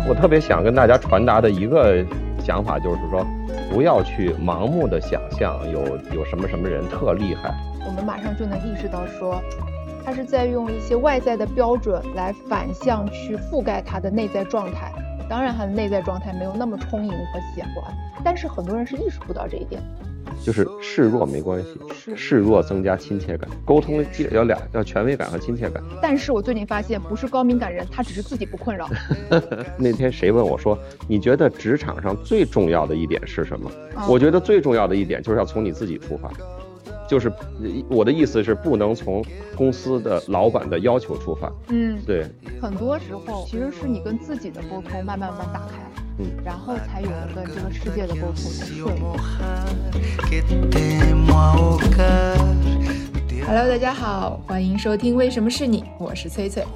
我特别想跟大家传达的一个想法就是说，不要去盲目的想象有什么人特厉害。 我们马上就能意识到说，他是在用一些外在的标准来反向去覆盖他的内在状态。当然他的内在状态没有那么充盈和显化，但是很多人是意识不到这一点。 就是示弱没关系，示弱增加亲切感。沟通要权威感和亲切感。 但是我最近发现，不是高敏感人，他只是自己不困扰。 那天谁问我说，你觉得职场上最重要的一点是什么？我觉得最重要的一点就是要从你自己出发。就是我的意思是，不能从公司的老板的要求出发。对。 很多时候其实是你跟自己的沟通慢慢打开，然后才有了跟这个世界的沟通的顺利。Hello， 大家好，欢迎收听《为什么是你》，我是翠翠。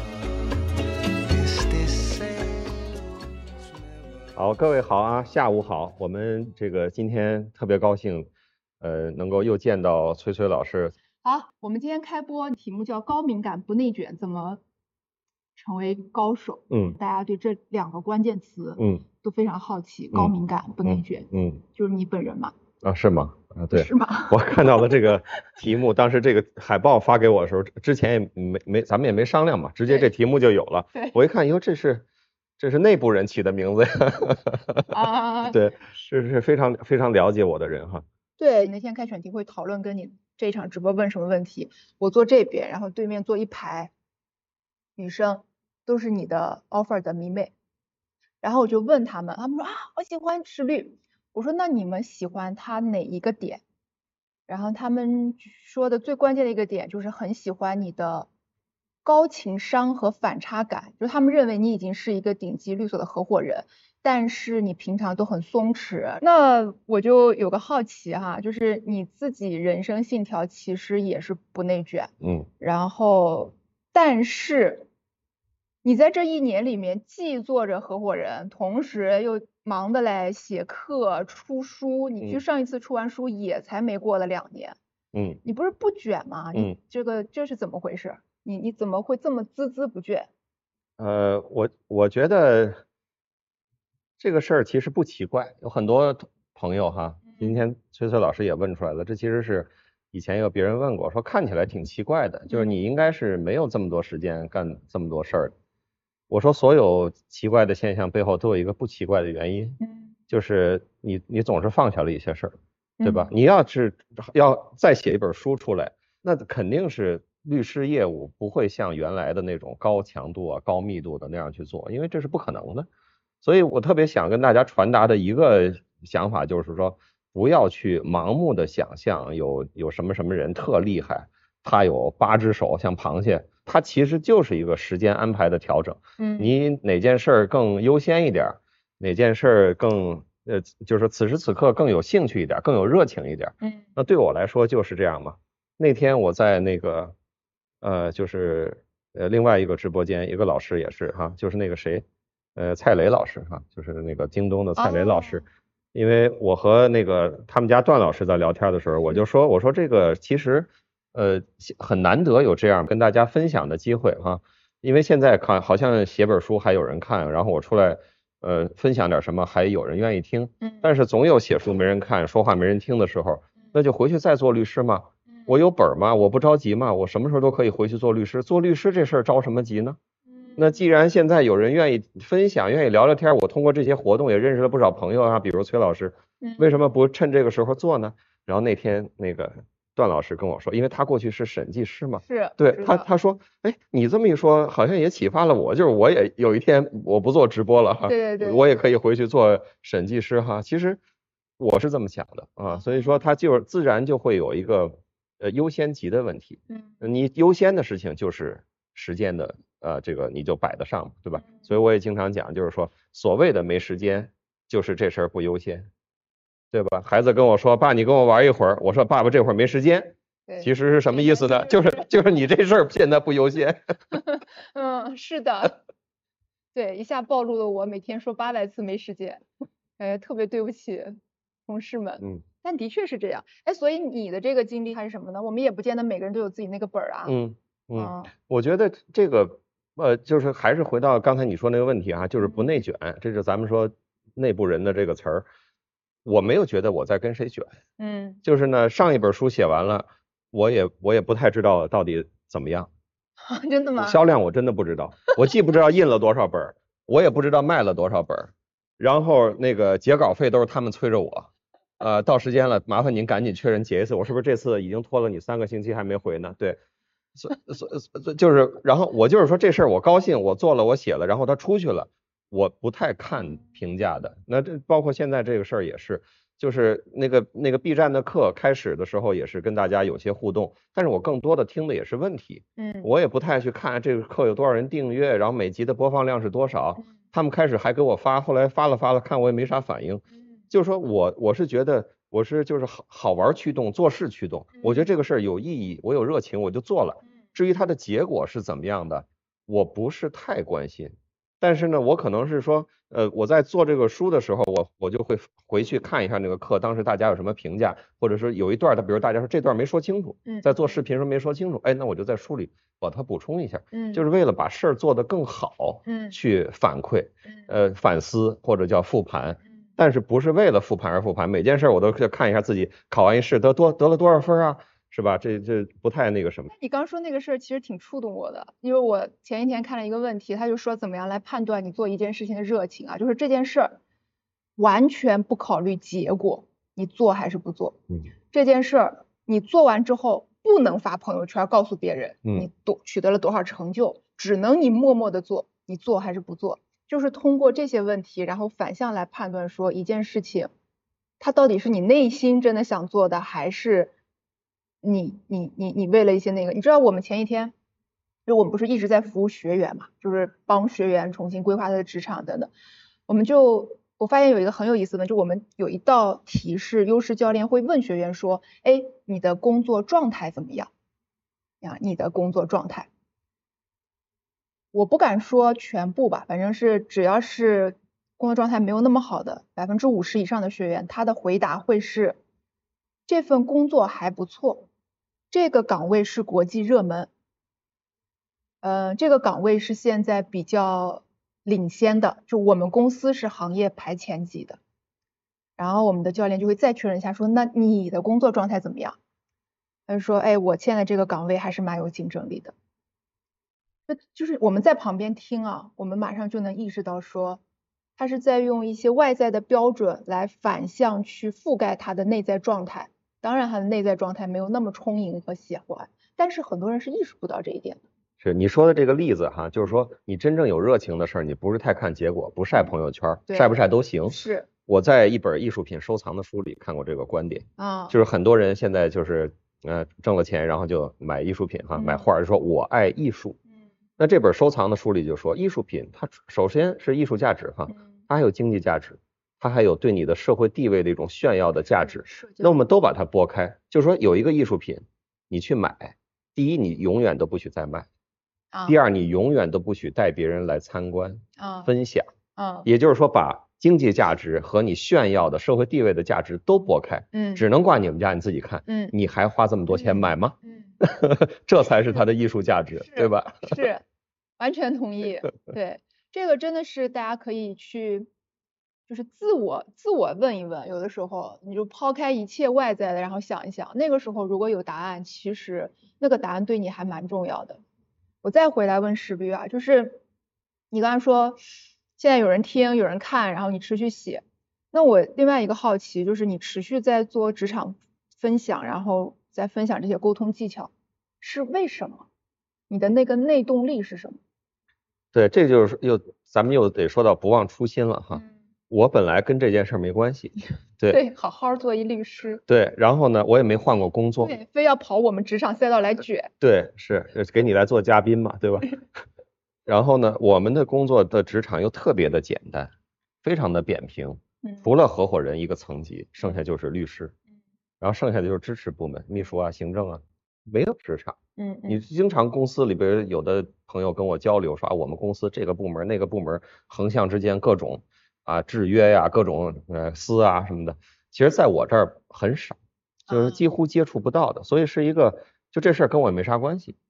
好，各位好啊，下午好。我们这个今天特别高兴，能够又见到崔崔老师。 好，我们今天开播题目叫高敏感不内卷，怎么成为高手？大家对这两个关键词都非常好奇。高敏感不内卷，就是你本人嘛？ 啊，是吗？啊，对， 是吗？ 我看到了这个题目，当时这个海报发给我的时候，之前也咱们也没商量嘛，直接这题目就有了。 对， 我一看，哟，这是内部人起的名字呀。 啊， 对，是非常了解我的人哈。 对，那天开选题会讨论跟你这一场直播问什么问题，我坐这边，然后对面坐一排女生，都是你的 offer 的迷妹，然后我就问他们说啊，我喜欢石律，我说那你们喜欢他哪一个点？然后他们说的最关键的一个点就是很喜欢你的高情商和反差感，就是他们认为你已经是一个顶级律所的合伙人，但是你平常都很松弛。那我就有个好奇哈，就是你自己人生信条其实也是不内卷，然后但是你在这一年里面既做着合伙人，同时又忙得来写课出书，你去上一次出完书也才没过了2年，你不是不卷吗？你这是怎么回事？你怎么会这么孜孜不倦？ 我觉得这个事儿其实不奇怪，有很多朋友哈，今天崔崔老师也问出来了，这其实是以前有别人问过，说看起来挺奇怪的，就是你应该是没有这么多时间干这么多事儿的。我说所有奇怪的现象背后都有一个不奇怪的原因，就是你总是放下了一些事儿，对吧？你要再写一本书出来，那肯定是律师业务不会像原来的那种高强度啊、高密度的那样去做，因为这是不可能的。所以我特别想跟大家传达的一个想法就是说，不要去盲目的想象有什么人特厉害，他有8只手像螃蟹，它其实就是一个时间安排的调整。你哪件事儿更优先一点，哪件事儿更就是此时此刻更有兴趣一点，更有热情一点。那对我来说就是这样嘛。那天我在那个就是另外一个直播间，一个老师也是哈，就是那个谁蔡磊老师哈，就是那个京东的蔡磊老师。因为我和那个他们家段老师在聊天的时候，我说这个其实很难得有这样跟大家分享的机会哈，因为现在看好像写本书还有人看，然后我出来分享点什么还有人愿意听，但是总有写书没人看，说话没人听的时候，那就回去再做律师嘛。我有本嘛，我不着急嘛，我什么时候都可以回去做律师。做律师这事儿着什么急呢？那既然现在有人愿意分享，愿意聊聊天，我通过这些活动也认识了不少朋友啊，比如崔老师，为什么不趁这个时候做呢？然后那天那个段老师跟我说，因为他过去是审计师嘛， 是对他说，哎，你这么一说，好像也启发了我，就是我也有一天我不做直播了哈， 对， 我也可以回去做审计师哈。其实我是这么想的啊，所以说他就是自然就会有一个优先级的问题，你优先的事情就是时间的这个你就摆得上，对吧？所以我也经常讲，就是说所谓的没时间，就是这事儿不优先，对吧？孩子跟我说，爸，你跟我玩一会儿，我说爸爸这会儿没时间，其实是什么意思呢？就是你这事儿现在不优先。 是的，对，一下暴露了我每天说800次没时间，特别对不起同事们。但的确是这样。哎，所以你的这个经历还是什么呢？我们也不见得每个人都有自己那个本儿啊。 我觉得这个就是还是回到刚才你说那个问题啊，就是不内卷，这是咱们说内部人的这个词儿。我没有觉得我在跟谁卷，就是呢，上一本书写完了，我也不太知道到底怎么样。 真的吗？ 销量我真的不知道，我既不知道印了多少本，我也不知道卖了多少本，然后那个结稿费都是他们催着我。到时间了，麻烦您赶紧确认结一次，我是不是这次已经拖了你3个星期还没回呢？对，就是，然后我就是说这事儿我高兴，我做了，我写了，然后他出去了，我不太看评价的。那这包括现在这个事儿也是，就是那个 B 站的课开始的时候也是跟大家有些互动，但是我更多的听的也是问题，我也不太去看这个课有多少人订阅，然后每集的播放量是多少，他们开始还给我发，后来发了，看我也没啥反应，就是说我是觉得我是就是好玩驱动，做事驱动，我觉得这个事儿有意义，我有热情我就做了，至于它的结果是怎么样的，我不是太关心。但是呢，我可能是说，我在做这个书的时候，我就会回去看一下那个课，当时大家有什么评价，或者说有一段，比如大家说这段没说清楚，在做视频时候没说清楚，哎，那我就在书里把它补充一下，就是为了把事儿做得更好，去反馈，反思或者叫复盘，但是不是为了复盘而复盘，每件事我都看一下自己考完一试得了多少分啊，是吧？这不太那个什么。 你刚说那个事儿其实挺触动我的，因为我前一天看了一个问题，他就说怎么样来判断你做一件事情的热情啊，就是这件事儿完全不考虑结果，你做还是不做？这件事儿你做完之后不能发朋友圈告诉别人你取得了多少成就，只能你默默的做，你做还是不做？就是通过这些问题，然后反向来判断说一件事情，它到底是你内心真的想做的，还是你为了一些那个，你知道我们前一天，就我们不是一直在服务学员嘛，就是帮学员重新规划他的职场等等，我发现有一个很有意思的，就我们有一道题是优势教练会问学员说，哎，你的工作状态怎么样？你的工作状态，我不敢说全部吧，反正是只要是工作状态没有那么好的50%以上的学员，他的回答会是这份工作还不错，这个岗位是国际热门，这个岗位是现在比较领先的，就我们公司是行业排前几的。然后我们的教练就会再确认一下说，那你的工作状态怎么样？他就说，哎，我现在这个岗位还是蛮有竞争力的。就是我们在旁边听啊，我们马上就能意识到说，他是在用一些外在的标准来反向去覆盖他的内在状态。当然，他的内在状态没有那么充盈和喜欢，但是很多人是意识不到这一点的。 是你说的这个例子哈，就是说你真正有热情的事儿，你不是太看结果，不晒朋友圈，晒不晒都行。 是。 我在一本艺术品收藏的书里看过这个观点啊， 就是很多人现在就是挣了钱，然后就买艺术品哈，买画，就说我爱艺术。那这本收藏的书里就说，艺术品它首先是艺术价值哈，它还有经济价值，它还有对你的社会地位的一种炫耀的价值。那我们都把它拨开，就是说有一个艺术品，你去买，第一你永远都不许再卖，第二你永远都不许带别人来参观分享，也就是说把经济价值和你炫耀的社会地位的价值都拨开，只能挂你们家你自己看，你还花这么多钱买吗？这才是它的艺术价值，对吧？ 是，完全同意。对，这个真的是大家可以去，就是自我问一问，有的时候你就抛开一切外在的，然后想一想，那个时候如果有答案，其实那个答案对你还蛮重要的。我再回来问石斌啊，就是你刚才说现在有人听有人看，然后你持续写，那我另外一个好奇就是你持续在做职场分享，然后再分享这些沟通技巧，是为什么？你的那个内动力是什么？ 对，这就是咱们又得说到不忘初心了哈。我本来跟这件事没关系， 对，好好做一律师。 对，然后呢，我也没换过工作。 对，非要跑我们职场赛道来卷。 对，是给你来做嘉宾嘛，对吧？然后呢，我们的工作的职场又特别的简单，非常的扁平，除了合伙人一个层级，剩下就是律师，然后剩下的就是支持部门，秘书啊、行政啊，没有职场。你经常公司里边有的朋友跟我交流说啊，我们公司这个部门那个部门横向之间各种制约呀，各种私啊什么的，其实在我这儿很少，就是几乎接触不到的，所以是一个就这事儿跟我也没啥关系。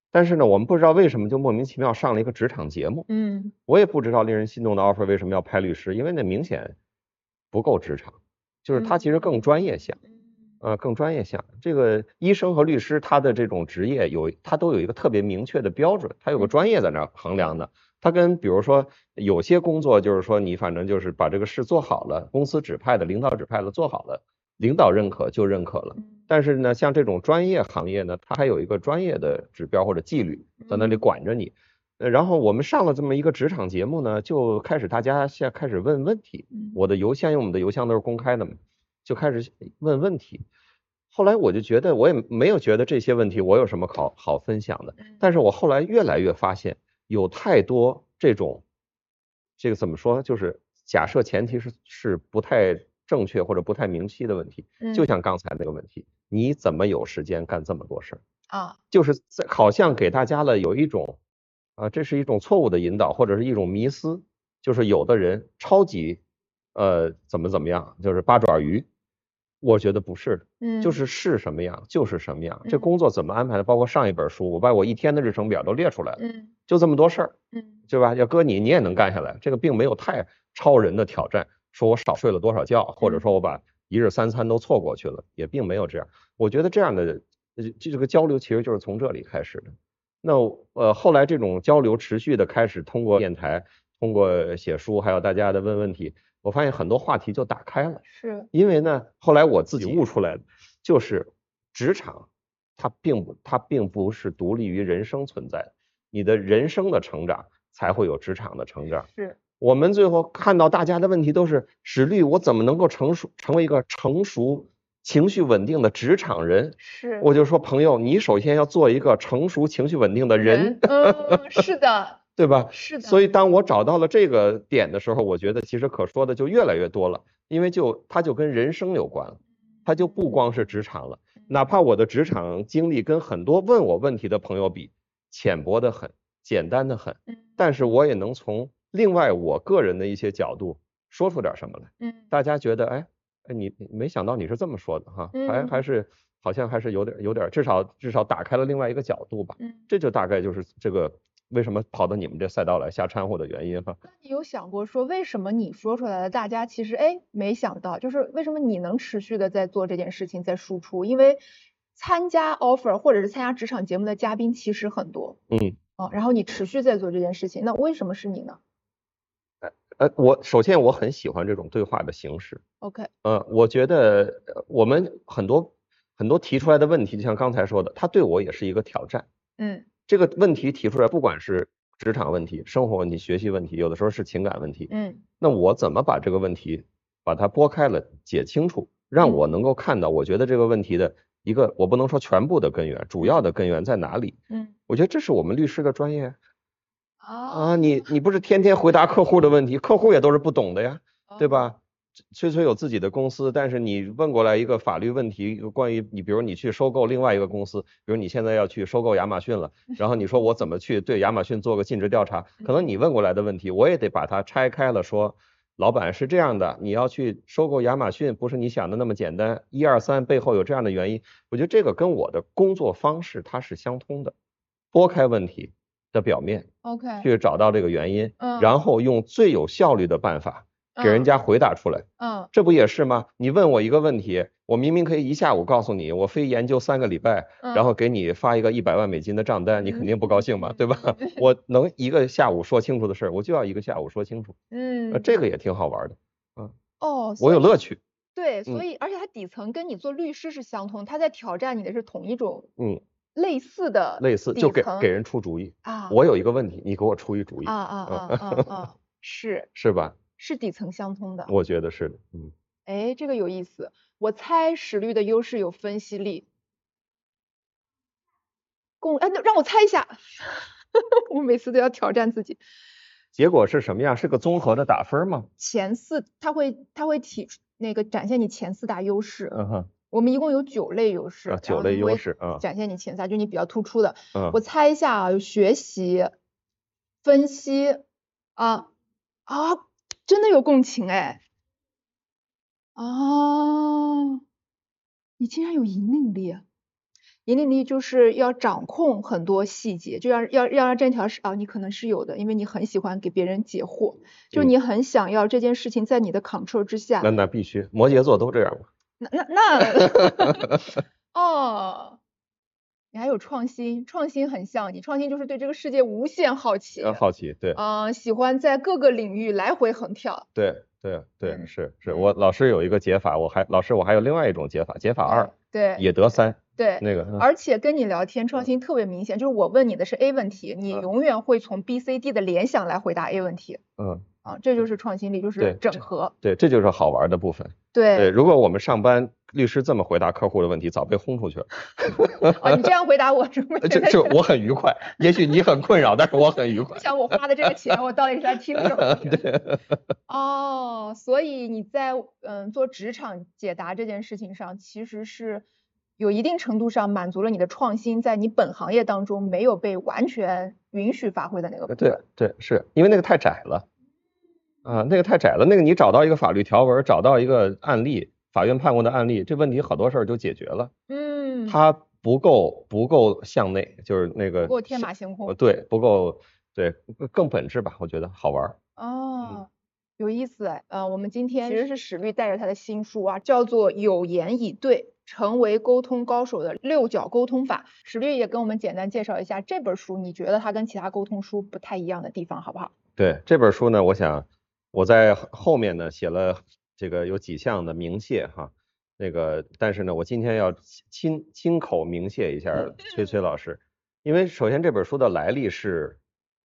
但是呢，我们不知道为什么就莫名其妙上了一个职场节目。我也不知道令人心动的 offer 为什么要拍律师，因为那明显不够职场，就是他其实更专业向。更专业向。这个医生和律师他的这种职业他都有一个特别明确的标准，他有个专业在那儿衡量的。他跟比如说有些工作就是说你反正就是把这个事做好了，公司指派的，领导指派了，做好了，领导认可就认可了。但是呢，像这种专业行业呢，它还有一个专业的指标或者纪律在那里管着你。然后我们上了这么一个职场节目呢，就开始大家现在开始问问题。我的邮箱，因为我们的邮箱都是公开的嘛，就开始问问题。后来我就觉得，我也没有觉得这些问题我有什么好分享的。但是我后来越来越发现，有太多这个怎么说，就是假设前提是不太正确或者不太明晰的问题。就像刚才那个问题，你怎么有时间干这么多事儿？就是好像给大家了有一种这是一种错误的引导，或者是一种迷思，就是有的人超级怎么样，就是八爪鱼。我觉得不是的，就是什么样就是什么样。这工作怎么安排的？包括上一本书，我把我一天的日程表都列出来了，就这么多事儿，对吧？要搁你也能干下来，这个并没有太超人的挑战。说我少睡了多少觉，或者说我把一日三餐都错过去了，也并没有这样。我觉得这样的这个交流其实就是从这里开始的。那后来这种交流持续的开始通过电台，通过写书，还有大家的问问题，我发现很多话题就打开了。因为呢，后来我自己悟出来的就是职场它并不是独立于人生存在的，你的人生的成长才会有职场的成长。我们最后看到大家的问题都是史律，我怎么能够成为一个成熟、情绪稳定的职场人？我就说朋友，你首先要做一个成熟、情绪稳定的人。 是的。 对吧？ 是的。 所以当我找到了这个点的时候，我觉得其实可说的就越来越多了，因为它就跟人生有关了，它就不光是职场了。哪怕我的职场经历跟很多问我问题的朋友比，浅薄得很，简单得很，但是我也能从另外我个人的一些角度说出点什么来。大家觉得，哎，你没想到你是这么说的哈，好像还是有点，至少打开了另外一个角度吧。这就大概就是这个为什么跑到你们这赛道来瞎掺和的原因哈。 那你有想过说为什么你说出来的大家其实没想到，就是为什么你能持续的在做这件事情，在输出？因为参加 offer 或者是参加职场节目的嘉宾其实很多。然后你持续在做这件事情，那为什么是你呢？ 首先我很喜欢这种对话的形式。 OK。 我觉得我们很多提出来的问题，就像刚才说的，它对我也是一个挑战。这个问题提出来，不管是职场问题、生活问题、学习问题，有的时候是情感问题。那我怎么把这个问题把它拨开了解清楚，让我能够看到，我觉得这个问题的一个，我不能说全部的根源，主要的根源在哪里？我觉得这是我们律师的专业。你不是天天回答客户的问题，客户也都是不懂的呀，对吧？崔有自己的公司，但是你问过来一个法律问题，关于比如你去收购另外一个公司，比如你现在要去收购亚马逊了，然后你说我怎么去对亚马逊做个尽职调查？可能你问过来的问题，我也得把它拆开了说，老板是这样的，你要去收购亚马逊，不是你想的那么简单，1、2、3背后有这样的原因。我觉得这个跟我的工作方式它是相通的，拨开问题的表面 ，OK， 去找到这个原因，然后用最有效率的办法给人家回答出来。这不也是吗？你问我一个问题，我明明可以一下午告诉你，我非研究3个礼拜，然后给你发一个100万美金的账单，你肯定不高兴嘛，对吧？我能一个下午说清楚的事儿，我就要一个下午说清楚。这个也挺好玩的。我有乐趣。 对，所以而且它底层跟你做律师是相同，它在挑战你的是同一种类似就给人出主意。我有一个问题，你给我出一主意。是吧？ 是底层相通的。 我觉得是的。 这个有意思。我猜史律的优势有分析力。让我猜一下。我每次都要挑战自己。 结果是什么样？是个综合的打分吗？ 前4，它会展现你前4大优势。我们一共有9类优势。 9类优势展现你前3，就你比较突出的。我猜一下啊，有学习、分析真的有共情哎。你竟然有引领力。 引领力就是要掌控很多细节，就要让这条你可能是有的，因为你很喜欢给别人解惑，就你很想要这件事情在你的 control 之下。 那必须，摩羯座都这样嘛。 哦，你还有创新很像你，创新就是对这个世界无限好奇。 好奇，对。 喜欢在各个领域来回横跳。 对，是，我老师有一个解法，我还有另外一种解法，解法2， 对， 也得3。 对， 那个， 而且跟你聊天创新特别明显，就是我问你的是 A 问题，你永远会从 B、C、D 的联想来回答 A 问题。这就是创新力，就是整合。 对，这就是好玩的部分。 对， 如果我们上班律师这么回答客户的问题，早被轰出去了。 你这样回答我， 就我很愉快，也许你很困扰，但是我很愉快。 想我花的这个钱，我到底是来听什么？对。所以你在做职场解答这件事情上，其实是有一定程度上满足了你的创新，在你本行业当中没有被完全允许发挥的那个部分。 对，是因为那个太窄了。那个太窄了，那个你找到一个法律条文，找到一个案例，法院判过的案例，这问题好多事儿就解决了。它不够向内，就是那个不够天马行空。 对，不够，对，更本质吧，我觉得好玩。 有意思哎。我们今天其实是史律带着他的新书叫做《有言以对：成为沟通高手的6角沟通法》。史律也跟我们简单介绍一下这本书，你觉得它跟其他沟通书不太一样的地方好不好？ 对，这本书呢，我想我在后面呢写了这个有几项的鸣谢哈，但是呢，我今天要亲口鸣谢一下崔老师，因为首先这本书的来历是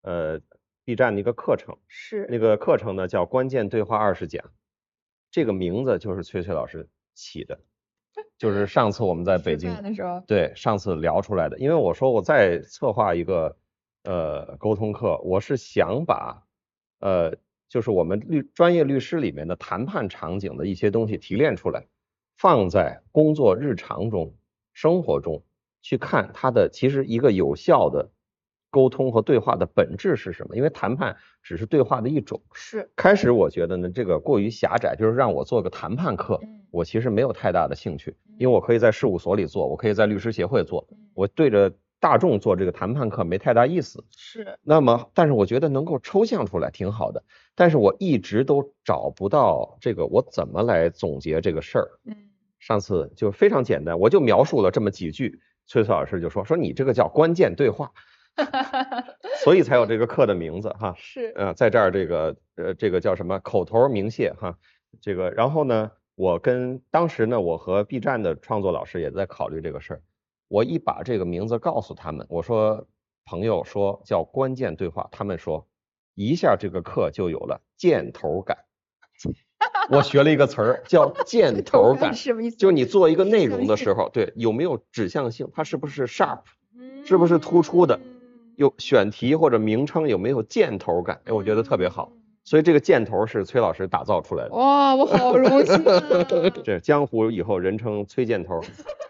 B 站的一个课程， 是那个课程呢叫关键对话20讲，这个名字就是崔老师起的，就是上次我们在北京的时候， 对，上次聊出来的，因为我说我在策划一个沟通课，我是想把就是我们专业律师里面的谈判场景的一些东西提炼出来，放在工作日常中、生活中去看它的其实一个有效的沟通和对话的本质是什么？因为谈判只是对话的一种。 是。 开始我觉得呢，这个过于狭窄，就是让我做个谈判课，我其实没有太大的兴趣，因为我可以在事务所里做，我可以在律师协会做，我对着大众做这个谈判课没太大意思。 是。 那么，但是我觉得能够抽象出来挺好的，但是我一直都找不到这个我怎么来总结这个事儿。上次就非常简单，我就描述了这么几句，崔老师就说你这个叫关键对话。所以才有这个课的名字哈。 是。 在这儿这个叫什么口头鸣谢哈，这个然后呢，当时呢我和 B 站的创作老师也在考虑这个事儿，我一把这个名字告诉他们，我说朋友说叫关键对话，他们说一下这个课就有了箭头感。我学了一个词儿叫箭头感，就你做一个内容的时候，对，有没有指向性，它是不是 sharp， 是不是突出的，有选题或者名称有没有箭头感，我觉得特别好，所以这个箭头是崔老师打造出来的。 哇，我好荣幸啊。 这江湖以后人称崔箭头。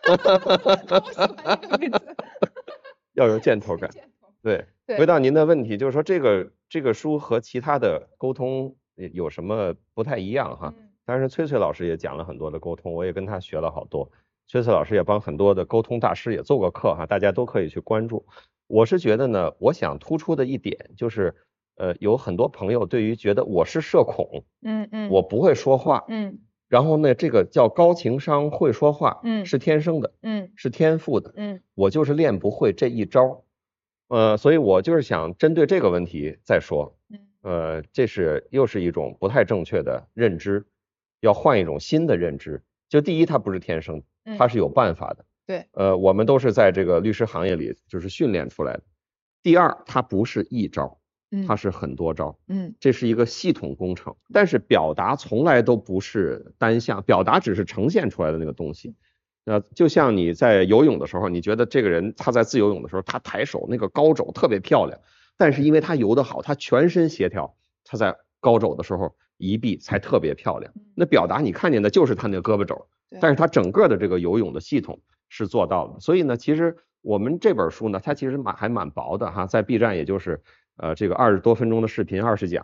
要有箭头感。对，回到您的问题，就是说这个书和其他的沟通有什么不太一样哈？当然崔老师也讲了很多的沟通，我也跟他学了好多。崔老师也帮很多的沟通大师也做过课哈，大家都可以去关注。我是觉得呢，我想突出的一点就是，有很多朋友对于觉得我是社恐，我不会说话，然后呢，这个叫高情商会说话，是天生的，是天赋的，我就是练不会这一招，所以我就是想针对这个问题再说，这又是一种不太正确的认知，要换一种新的认知。就第一，它不是天生，它是有办法的。 对， 我们都是在这个律师行业里就是训练出来的。第二，它不是一招，它是很多招，这是一个系统工程。但是表达从来都不是单向，表达只是呈现出来的那个东西。就像你在游泳的时候，你觉得这个人他在自由泳的时候，他抬手那个高肘特别漂亮，但是因为他游得好，他全身协调，他在高肘的时候移臂才特别漂亮。那表达你看见的就是他那个胳膊肘，但是他整个的这个游泳的系统是做到的。所以呢，其实我们这本书呢，它其实还蛮薄的哈，在 B 站也就是这个20多分钟的视频20讲，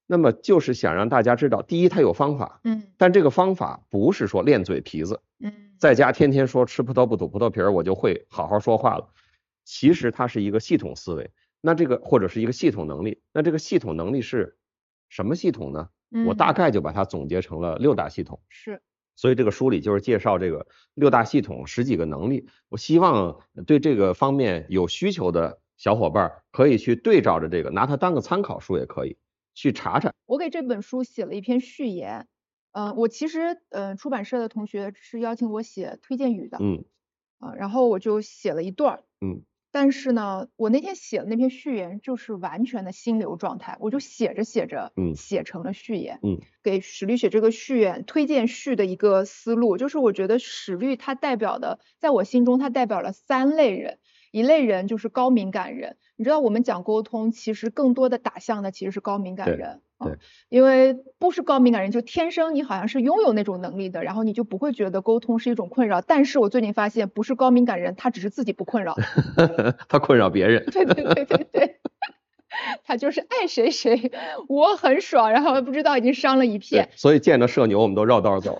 那么就是想让大家知道，第一它有方法，但这个方法不是说练嘴皮子，在家天天说吃葡萄不吐葡萄皮儿我就会好好说话了，其实它是一个系统思维，那这个或者是一个系统能力，那这个系统能力是什么系统呢？我大概就把它总结成了6大系统， 是。 所以这个书里就是介绍这个6大系统10几个能力，我希望对这个方面有需求的小伙伴可以去对照着这个，拿它当个参考书也可以去查查。 我给这本书写了一篇序言，我其实出版社的同学是邀请我写推荐语的，然后我就写了一段，但是呢，我那天写的那篇序言就是完全的心流状态，我就写着写着，写成了序言，给史律写这个序言推荐序的一个思路，就是我觉得史律它代表的，在我心中它代表了3类人，一类人就是高敏感人，你知道我们讲沟通，其实更多的打向的其实是高敏感人。 对， 因为不是高敏感人，就天生你好像是拥有那种能力的，然后你就不会觉得沟通是一种困扰。但是我最近发现，不是高敏感人，他只是自己不困扰， 他困扰别人。 对，他就是爱谁谁，我很爽，然后不知道已经伤了一片。 所以见着社牛我们都绕道走。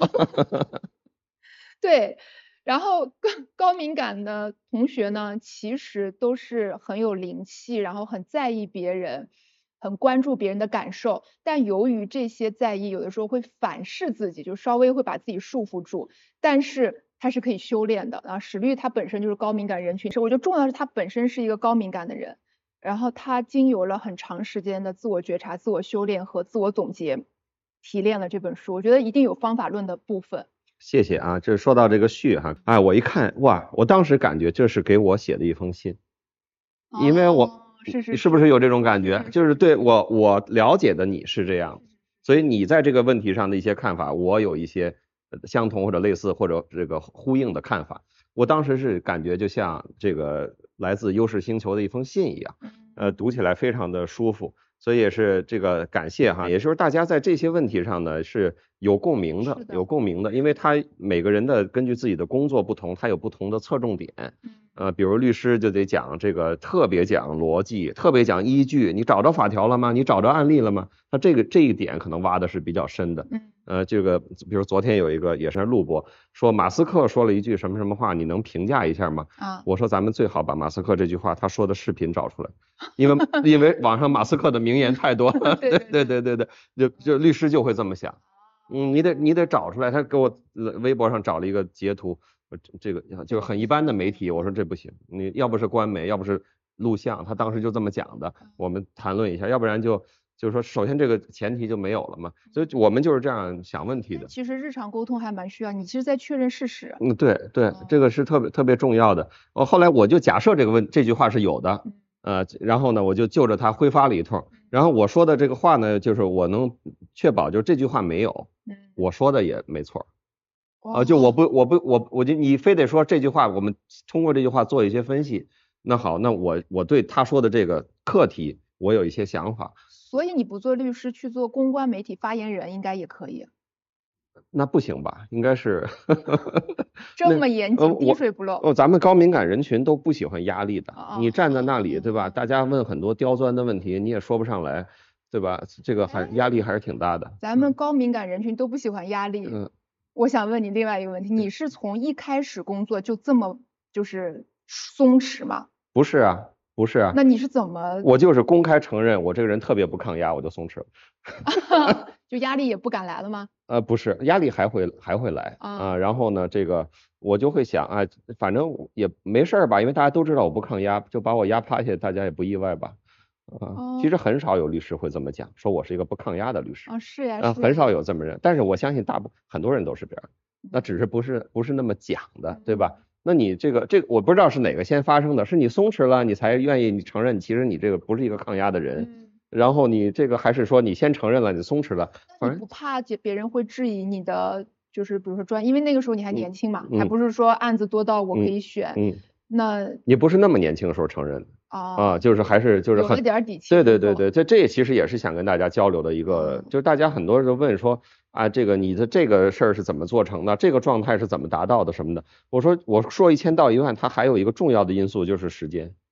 对。然后高敏感的同学呢，其实都是很有灵气，然后很在意别人，很关注别人的感受，但由于这些在意，有的时候会反噬自己，就稍微会把自己束缚住，但是它是可以修炼的。然后史律他本身就是高敏感人群，我觉得重要的是他本身是一个高敏感的人，然后他经由了很长时间的自我觉察、自我修炼和自我总结，提炼了这本书。我觉得一定有方法论的部分。 谢谢啊，这说到这个序哈，我一看哇，我当时感觉这是给我写的一封信，因为我是不是有这种感觉？就是对我了解的你是这样，所以你在这个问题上的一些看法，我有一些相同或者类似或者这个呼应的看法。我当时是感觉就像这个来自优势星球的一封信一样，读起来非常的舒服。所以也是这个感谢哈，也就是大家在这些问题上呢是有共鸣的，因为他每个人的根据自己的工作不同，他有不同的侧重点。比如律师就得讲这个特别讲逻辑，特别讲依据，你找着法条了吗？你找着案例了吗？他这一点可能挖的是比较深的。这个比如昨天有一个也是录播，说马斯克说了一句什么什么话，你能评价一下吗？我说咱们最好把马斯克这句话他说的视频找出来，因为网上马斯克的名言太多了。对，就律师就会这么想。你得找出来。他给我微博上找了一个截图，这个就很一般的媒体，我说这不行，你要不是官媒，要不是录像，他当时就这么讲的，我们谈论一下，要不然就是说首先这个前提就没有了嘛，所以我们就是这样想问题的。 其实日常沟通还蛮需要，你其实在确认事实。 对，这个是特别重要的。后来我就假设这句话是有的，然后呢我就就着它挥发了一通，然后我说的这个话呢，就是我能确保就是这句话没有，我说的也没错。就我就你非得说这句话，我们通过这句话做一些分析，那好，那我对他说的这个课题我有一些想法。 所以你不做律师去做公关媒体发言人应该也可以。 那不行吧，应该是这么严谨，滴水不漏。 咱们高敏感人群都不喜欢压力的，你站在那里对吧，大家问很多刁钻的问题你也说不上来对吧，这个压力还是挺大的。 咱们高敏感人群都不喜欢压力。我想问你另外一个问题，你是从一开始工作就这么就是松弛吗？ 不是啊。 那你是怎么？ 我就是公开承认我这个人特别不抗压，我就松弛了。 就压力也不敢来了吗？ 不是，压力还会来然后呢，这个我就会想反正也没事吧，因为大家都知道我不抗压，就把我压趴下，大家也不意外吧。其实很少有律师会这么讲，说我是一个不抗压的律师。 是呀。 很少有这么人，但是我相信很多人都是这样，那只是不是那么讲的，对吧？那你这个我不知道是哪个先发生的，是你松弛了，你才愿意你承认其实你这个不是一个抗压的人，然后你这个还是说你先承认了，你松弛了。 你不怕别人会质疑你的，就是比如说因为那个时候你还年轻嘛，还不是说案子多到我可以选。那你不是那么年轻的时候承认就是还是就是有点底气。 对，这也其实也是想跟大家交流的一个，就是大家很多人都问说这个你的这个事儿是怎么做成的，这个状态是怎么达到的什么的。我说1000道1万，它还有一个重要的因素就是时间。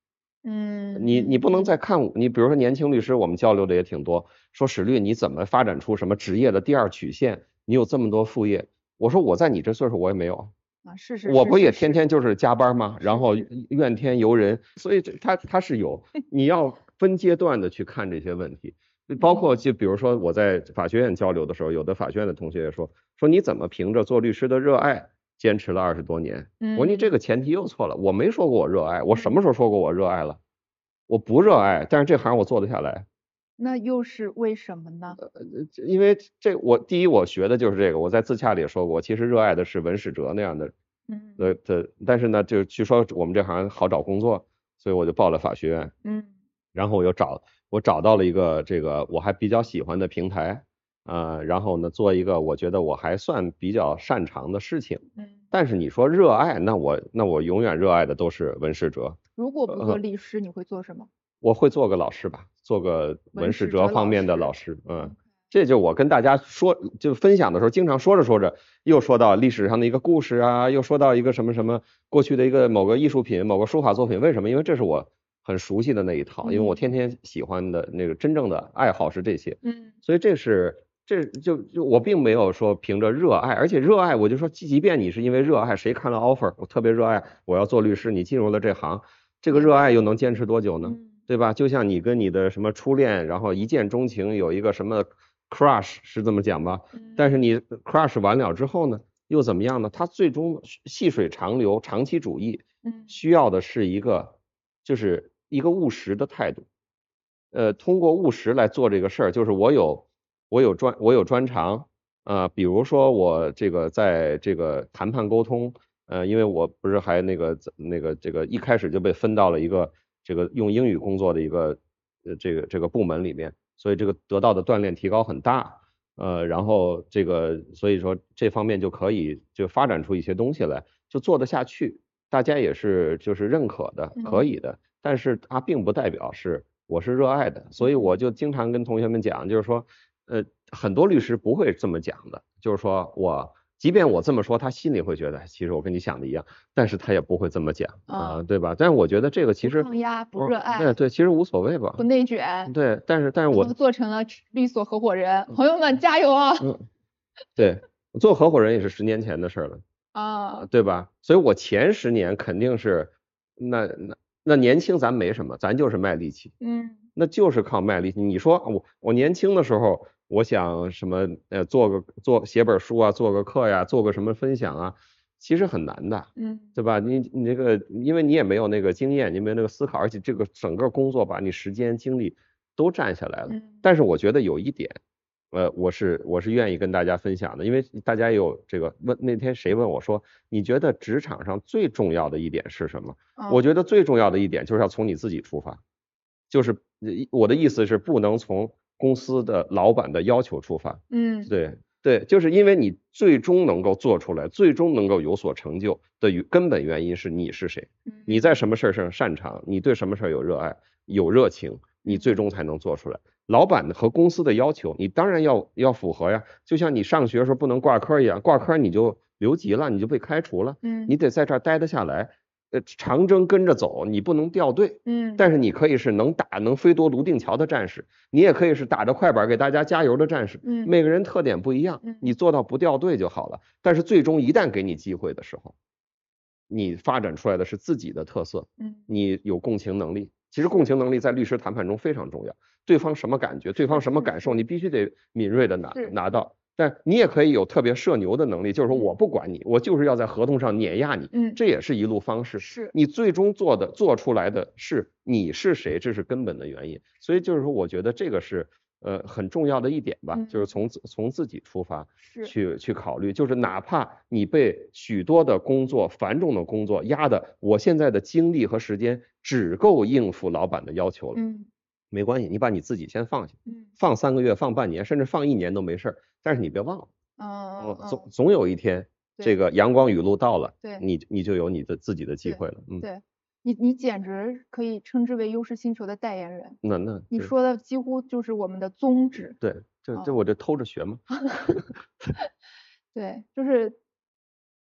你不能再看你，比如说年轻律师，我们交流的也挺多，说史律你怎么发展出什么职业的第二曲线？你有这么多副业，我说我在你这岁数我也没有啊，是， 我不也天天就是加班吗？然后是怨天尤人，所以它是有，你要分阶段的去看这些问题，包括就比如说我在法学院交流的时候，有的法学院的同学也说你怎么凭着做律师的热爱坚持了20多年？我说你这个前提又错了，我没说过我热爱，我什么时候说过我热爱了？我不热爱，但是这行我做得下来。 那又是为什么呢？ 因为第一我学的就是这个，我在自洽里也说过，我其实热爱的是文史哲那样的，但是呢，就据说我们这行好找工作，所以我就报了法学院，然后我找到了一个这个我还比较喜欢的平台，然后呢做一个我觉得我还算比较擅长的事情，但是你说热爱，那我永远热爱的都是文史哲。 如果不做律师，你会做什么？ 我会做个老师吧，做个文史哲方面的老师，这就我跟大家说，就分享的时候，经常说着说着，又说到历史上的一个故事啊，又说到一个什么什么过去的一个某个艺术品、某个书法作品，为什么？因为这是我很熟悉的那一套，因为我天天喜欢的那个真正的爱好是这些，所以就我并没有说凭着热爱，而且热爱我就说，即便你是因为热爱，谁看了 offer，我特别热爱，我要做律师，你进入了这行，这个热爱又能坚持多久呢？对吧？就像你跟你的什么初恋，然后一见钟情，有一个什么 crush 是这么讲吧？但是你 crush 完了之后呢，又怎么样呢？它最终细水长流，长期主义，需要的是就是一个务实的态度。通过务实来做这个事儿，就是我有专长，比如说我这个在这个谈判沟通，因为我不是还这个一开始就被分到了一个这个用英语工作的一个这个部门里面，所以这个得到的锻炼提高很大，然后所以说这方面就可以就发展出一些东西来，就做得下去，大家也是就是认可的，可以的，但是它并不代表我是热爱的，所以我就经常跟同学们讲，就是说，很多律师不会这么讲的，就是说即便我这么说，他心里会觉得，其实我跟你想的一样，但是他也不会这么讲对吧？但是我觉得这个其实不抗压，不热爱， 对，其实无所谓吧， 不内卷， 对，但是我做成了律所合伙人，朋友们加油啊！ 对，做合伙人也是10年前的事了对吧？所以我前10年肯定是那年轻咱没什么，咱就是卖力气，那就是靠卖力气。你说我年轻的时候，我想什么写本书啊，做个课呀，做个什么分享啊，其实很难的，对吧？你这个，因为你也没有那个经验，你没有那个思考，而且这个整个工作把你时间精力都占下来了。但是我觉得有一点，我是愿意跟大家分享的，因为大家也有这个那天谁问我说，你觉得职场上最重要的一点是什么？我觉得最重要的一点就是要从你自己出发，就是我的意思是不能从公司的老板的要求出发，对，就是因为你最终能够做出来，最终能够有所成就的根本原因是你是谁，你在什么事上擅长，你对什么事有热爱、有热情，你最终才能做出来。老板和公司的要求，你当然要符合呀，就像你上学时候不能挂科一样，挂科你就留级了，你就被开除了，你得在这儿待得下来。长征跟着走，你不能掉队，但是你可以是能打能飞夺泸定桥的战士，你也可以是打着快板给大家加油的战士，每个人特点不一样，你做到不掉队就好了。但是最终一旦给你机会的时候，你发展出来的是自己的特色，你有共情能力。其实共情能力在律师谈判中非常重要，对方什么感觉，对方什么感受，你必须得敏锐的拿到。但你也可以有特别社牛的能力，就是说我不管你，我就是要在合同上碾压你，这也是一路方式。你最终做出来的是你是谁，这是根本的原因。所以就是说，我觉得这个是很重要的一点吧，就是从自己出发去考虑，就是哪怕你被许多的工作繁重的工作压的，我现在的精力和时间只够应付老板的要求了。没关系，你把你自己先放下，放3个月，放半年，甚至放1年都没事儿。但是你别忘了，总有一天，这个阳光雨露到了，你就有你的自己的机会了。 对，你简直可以称之为优势星球的代言人。 那你说的几乎就是我们的宗旨。 对，我这偷着学嘛。 对，就是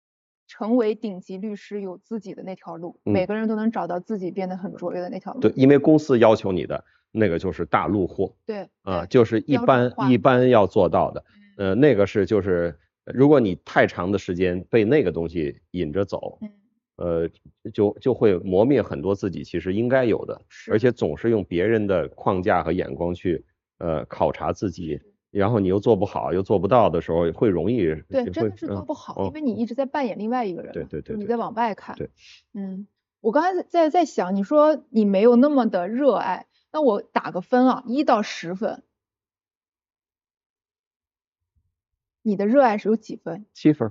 成为顶级律师有自己的那条路，每个人都能找到自己变得很卓越的那条路。 对，因为公司要求你的那个就是大路货。 对就是一般要做到的。那个是就是如果你太长的时间被那个东西引着走，就会磨灭很多自己其实应该有的，而且总是用别人的框架和眼光去考察自己，然后你又做不好又做不到的时候，会容易对，真的是做不好，因为你一直在扮演另外一个人， 对， 你在往外看。 对， 我刚才在想，你说你没有那么的热爱，那我打个分啊，1到10分，你的热爱是有几分 ？7分。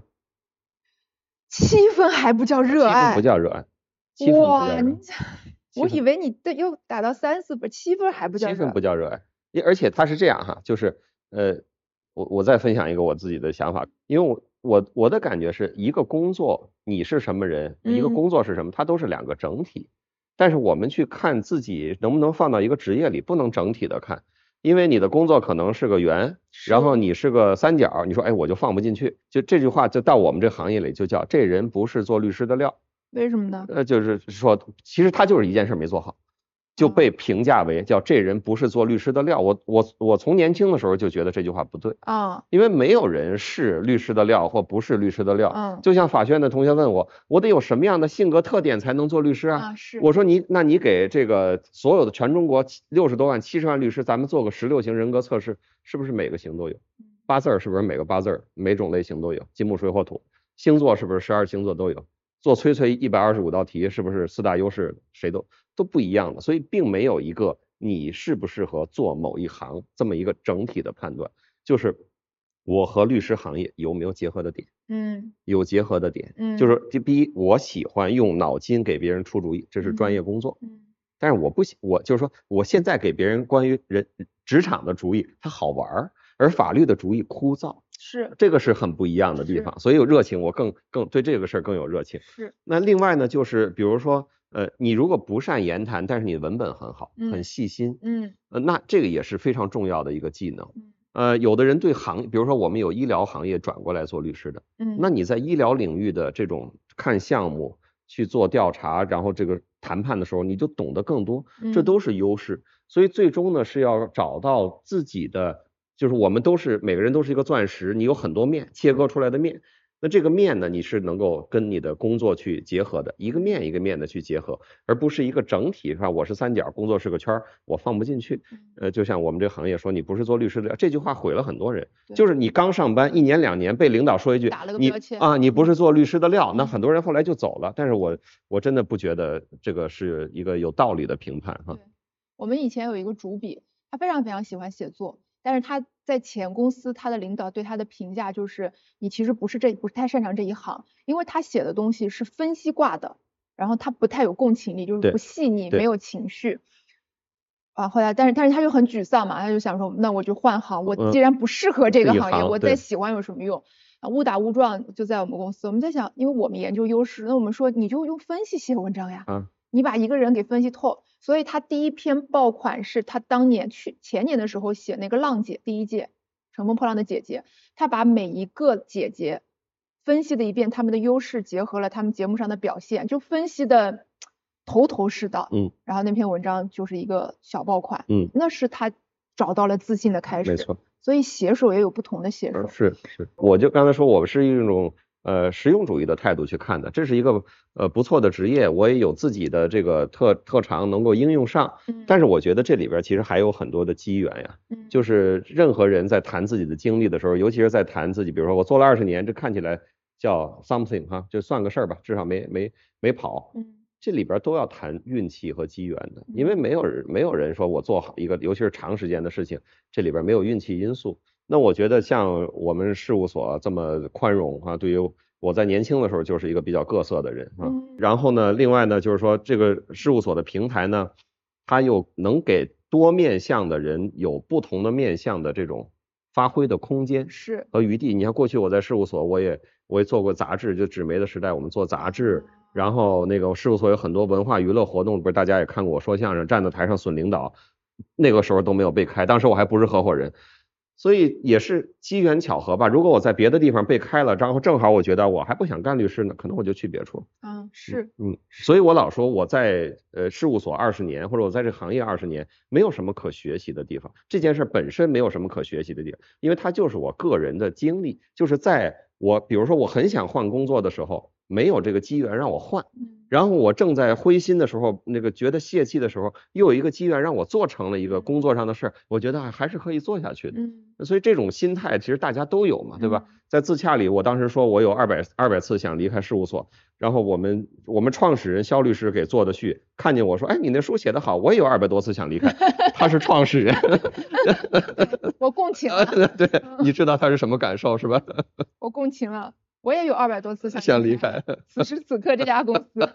7分还不叫热爱？ 7分不叫热爱。 哇，我以为你又打到3、4分，7分还不叫热爱。 7分不叫热爱，而且它是这样哈，就是我再分享一个我自己的想法，因为我的感觉是一个工作你是什么人，一个工作是什么，它都是2个整体，但是我们去看自己能不能放到一个职业里，不能整体的看，因为你的工作可能是个圆，然后你是个三角，你说哎我就放不进去，就这句话就到我们这行业里就叫这人不是做律师的料。 为什么呢？ 就是说其实他就是一件事没做好，就被评价为叫这人不是做律师的料。我从年轻的时候就觉得这句话不对啊，因为没有人是律师的料或不是律师的料。就像法学院的同学问我得有什么样的性格特点才能做律师啊？我说那你给这个所有的全中国60多万70万律师，咱们做个16型人格测试，是不是每个型都有？8字是不是每个8字每种类型都有？金木水火土。星座是不是12星座都有？做催125道题是不是4大优势谁都不一样的，所以并没有一个你适不适合做某一行这么一个整体的判断，就是我和律师行业有没有结合的点。有结合的点，就是第一，我喜欢用脑筋给别人出主意，这是专业工作。但是我就是说我现在给别人关于职场的主意它好玩，而法律的主意枯燥，是这个是很不一样的地方，所以有热情，我更对这个事儿更有热情。是。那另外呢，就是比如说你如果不善言谈，但是你的文本很好，很细心，那这个也是非常重要的一个技能。有的人对比如说我们有医疗行业转过来做律师的，那你在医疗领域的这种看项目去做调查，然后这个谈判的时候你就懂得更多，这都是优势。所以最终呢是要找到自己的，就是我们每个人都是一个钻石，你有很多面切割出来的面，那这个面呢你是能够跟你的工作去结合的，一个面一个面的去结合，而不是一个整体上我是三角，工作是个圈，我放不进去。就像我们这个行业说你不是做律师的，这句话毁了很多人，就是你刚上班1年2年被领导说一句打了个标签你不是做律师的料，那很多人后来就走了。但是我真的不觉得这个是一个有道理的评判哈。 我们以前有一个主笔，他非常非常喜欢写作，但是他在前公司他的领导对他的评价就是你其实不是太擅长这一行，因为他写的东西是分析挂的，然后他不太有共情力，就是不细腻，没有情绪后来但是他就很沮丧嘛，他就想说那我就换行，我既然不适合这个行业，我再喜欢有什么用误打误撞就在我们公司，我们在想因为我们研究优势，那我们说你就用分析写文章呀，你把一个人给分析透。所以他第一篇爆款是他当年前年的时候写那个浪姐第1届乘风破浪的姐姐，他把每一个姐姐分析了一遍他们的优势，结合了他们节目上的表现，就分析的头是道。然后那篇文章就是一个小爆款。那是他找到了自信的开始。没错。所以写手也有不同的写手。 是，我就刚才说我们是一种实用主义的态度去看的，这是一个不错的职业，我也有自己的这个特长能够应用上，但是我觉得这里边其实还有很多的机缘呀，就是任何人在谈自己的经历的时候，尤其是在谈自己，比如说我做了20年，这看起来叫 something 哈，就算个事儿吧，至少没跑，这里边都要谈运气和机缘的，因为没有人说我做好一个尤其是长时间的事情，这里边没有运气因素。那我觉得像我们事务所这么宽容对于我在年轻的时候就是一个比较各色的人然后呢，另外呢就是说这个事务所的平台呢，它又能给多面向的人有不同的面向的这种发挥的空间和余地。你看过去我在事务所我也做过杂志，就纸媒的时代我们做杂志，然后那个事务所有很多文化娱乐活动，不是大家也看过我说相声站在台上损领导，那个时候都没有被开，当时我还不是合伙人。 所以也是机缘巧合吧。如果我在别的地方被开了，然后正好我觉得我还不想干律师呢，可能我就去别处。 是， 所以我老说我在事务所20年，或者我在这个行业20年，没有什么可学习的地方。这件事本身没有什么可学习的地方，因为它就是我个人的经历，就是在我比如说我很想换工作的时候，没有这个机缘让我换。然后我正在灰心的时候，那个觉得泄气的时候，又有一个机缘让我做成了一个工作上的事儿，我觉得还是可以做下去的。所以这种心态其实大家都有嘛，对吧？在自洽里，我当时说我有200次想离开事务所，然后我们创始人肖律师给做的序，看见我说，哎，你那书写得好，我也有200多次想离开，他是创始人， 我共情了。 对，你知道他是什么感受是吧？ 我共情了。我也有200多次想离开， 此时此刻这家公司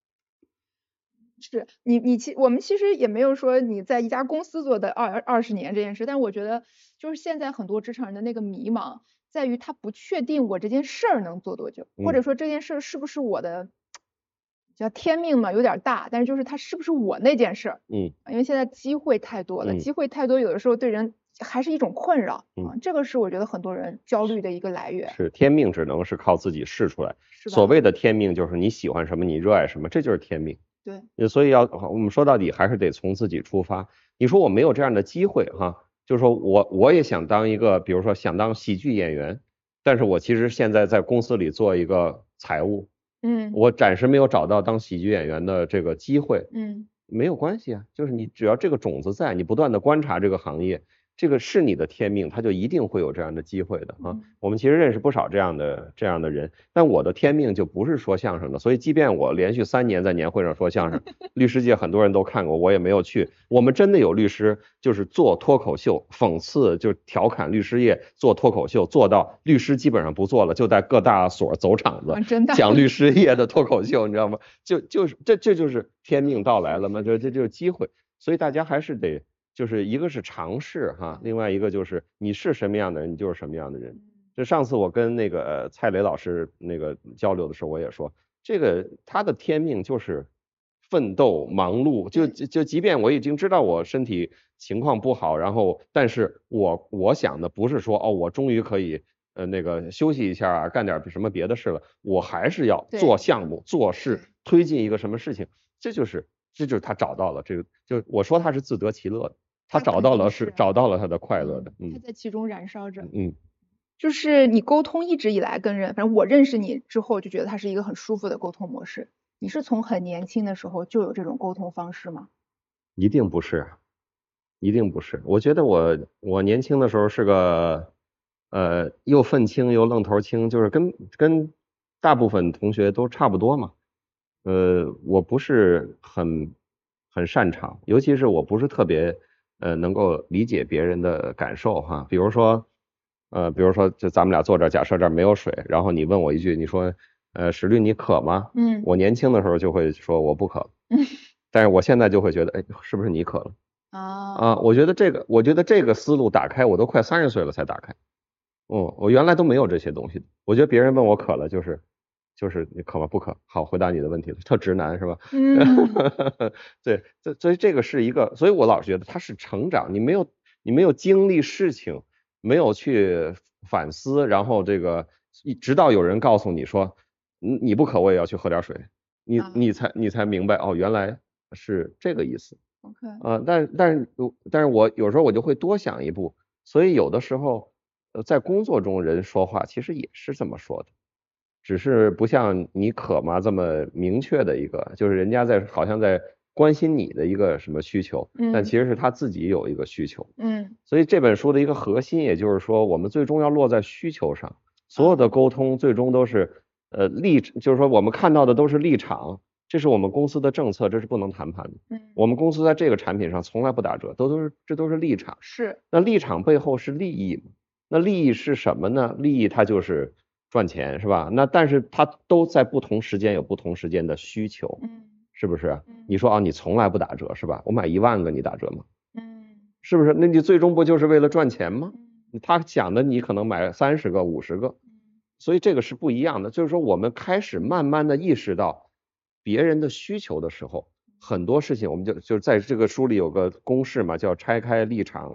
是我们其实也没有说你在一家公司做的20年这件事，但我觉得就是现在很多职场人的那个迷茫在于他不确定我这件事儿能做多久，或者说这件事是不是我的叫天命嘛，有点大，但是就是它是不是我那件事儿，因为现在机会太多了，机会太多，有的时候对人还是一种困扰这个是我觉得很多人焦虑的一个来源。 是天命只能是靠自己试出来，所谓的天命就是你喜欢什么，你热爱什么，这就是天命。 对， 所以我们说到底还是得从自己出发。你说我没有这样的机会哈，就是说我也想当一个，比如说想当喜剧演员，但是我其实现在在公司里做一个财务，我暂时没有找到当喜剧演员的这个机会，没有关系啊，就是你只要这个种子在，你不断的观察这个行业，这个是你的天命，他就一定会有这样的机会的啊。我们其实认识不少这样的人，但我的天命就不是说相声的，所以即便我连续3年在年会上说相声，律师界很多人都看过，我也没有去。我们真的有律师就是做脱口秀，讽刺就调侃律师业，做脱口秀做到律师基本上不做了，就在各大所走场子讲律师业的脱口秀，你知道吗？就是这就是天命到来了嘛，这就是机会，所以大家还是得。就是一个是尝试哈，另外一个就是你是什么样的人，你就是什么样的人。就上次我跟那个蔡磊老师那个交流的时候，我也说，这个他的天命就是奋斗忙碌，就即便我已经知道我身体情况不好，然后但是我想的不是说我终于可以那个休息一下啊，干点什么别的事了，我还是要做项目做事，推进一个什么事情，这就是他找到了这个，就我说他是自得其乐的。他找到了他的快乐的， 他在其中燃烧着，就是你沟通一直以来跟人，反正我认识你之后就觉得他是一个很舒服的沟通模式。你是从很年轻的时候就有这种沟通方式吗？ 一定不是，我觉得我年轻的时候是个又愤青又愣头青，就是跟大部分同学都差不多嘛。我不是很擅长，尤其是我不是特别能够理解别人的感受哈。比如说就咱们俩坐这儿，假设这儿没有水，然后你问我一句，你说史律你渴吗？我年轻的时候就会说我不渴，但是我现在就会觉得，哎，是不是你渴了？我觉得这个思路打开，我都快30岁了才打开。我原来都没有这些东西。我觉得别人问我渴了，就是你渴吗？不渴。好，回答你的问题了，特直男是吧？对，所以这个是一个，所以我老觉得它是成长。你没有经历事情，没有去反思，然后这个直到有人告诉你说你不渴，我也要去喝点水，你才明白原来是这个意思。但是我有时候我就会多想一步，所以有的时候在工作中人说话其实也是这么说的。只是不像你渴吗这么明确的一个，就是人家好像在关心你的一个什么需求，但其实是他自己有一个需求。所以这本书的一个核心，也就是说我们最终要落在需求上，所有的沟通最终都是就是说我们看到的都是立场，这是我们公司的政策，这是不能谈判的。我们公司在这个产品上从来不打折，这都是立场。那立场背后是利益嘛？那利益是什么呢？利益它就是赚钱是吧？那但是它都在不同时间有不同时间的需求，是不是？你说你从来不打折是吧？我买1万个你打折吗？是不是？那你最终不就是为了赚钱吗？他想的你可能买30个、50个，所以这个是不一样的。就是说我们开始慢慢的意识到别人的需求的时候，很多事情我们就在这个书里有个公式嘛，叫拆开立场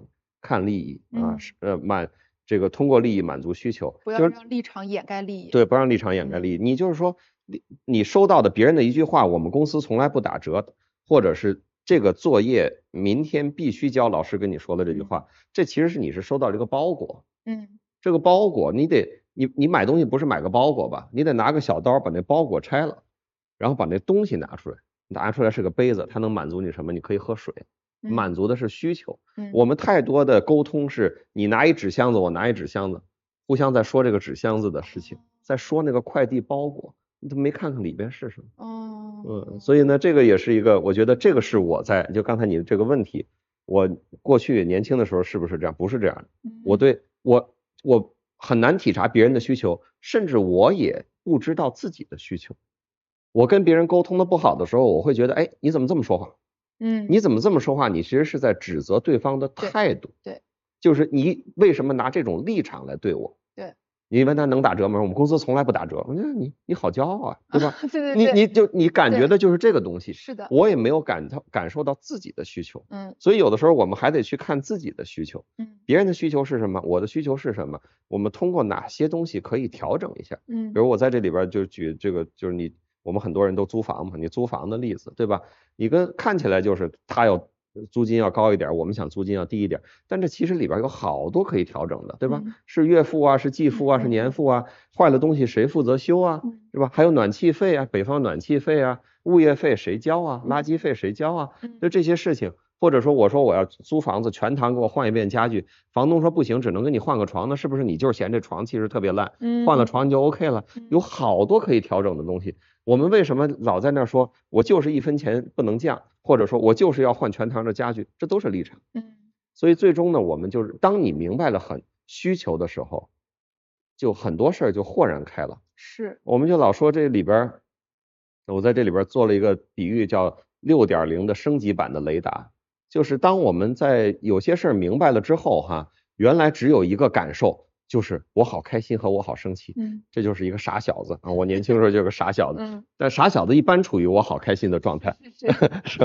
看利益啊，这个通过利益满足需求， 不要让立场掩盖利益。 对，不让立场掩盖利益。你就是说，你收到的别人的一句话，我们公司从来不打折，或者是这个作业明天必须交，老师跟你说的这句话，这其实是你是收到这个包裹。这个包裹你买东西不是买个包裹吧？你得拿个小刀把那包裹拆了，然后把那东西拿出来，拿出来是个杯子，它能满足你什么？你可以喝水。满足的是需求。我们太多的沟通是你拿一纸箱子，我拿一纸箱子，互相在说这个纸箱子的事情，在说那个快递包裹，你都没看看里边是什么。所以呢，这个也是一个，我觉得这个是我就刚才你的这个问题，我过去年轻的时候是不是这样？不是这样的。我很难体察别人的需求，甚至我也不知道自己的需求。我跟别人沟通的不好的时候，我会觉得，哎，你怎么这么说话？你怎么这么说话？你其实是在指责对方的态度。 对， 就是你为什么拿这种立场来对我？ 对， 你问他能打折吗？我们公司从来不打折。我觉得你好骄傲啊，对吧？ 对， 你感觉的就是这个东西。 是的， 我也没有感受到自己的需求。所以有的时候我们还得去看自己的需求。别人的需求是什么？我的需求是什么？我们通过哪些东西可以调整一下？比如我在这里边就举这个，就是我们很多人都租房嘛，你租房的例子，对吧？你看起来就是他要租金要高一点，我们想租金要低一点，但这其实里边有好多可以调整的，对吧？是月付啊，是季付啊，是年付啊，坏了东西谁负责修啊，对吧？还有暖气费啊，北方暖气费啊，物业费谁交啊，垃圾费谁交啊，就这些事情。或者说我说我要租房子，全堂给我换一遍家具，房东说不行，只能给你换个床，那是不是你就是嫌这床其实特别烂，换了床你就 OK 了？有好多可以调整的东西。我们为什么老在那说我就是1分钱不能降，或者说我就是要换全堂的家具，这都是立场。所以最终呢，我们就是当你明白了需求的时候，就很多事儿就豁然开朗。 是， 我们就老说这里边，我在这里边做了一个比喻，叫6.0的升级版的雷达。就是当我们在有些事儿明白了之后哈，原来只有一个感受，就是我好开心和我好生气。这就是一个傻小子啊！我年轻时候就是个傻小子。但傻小子一般处于我好开心的状态，是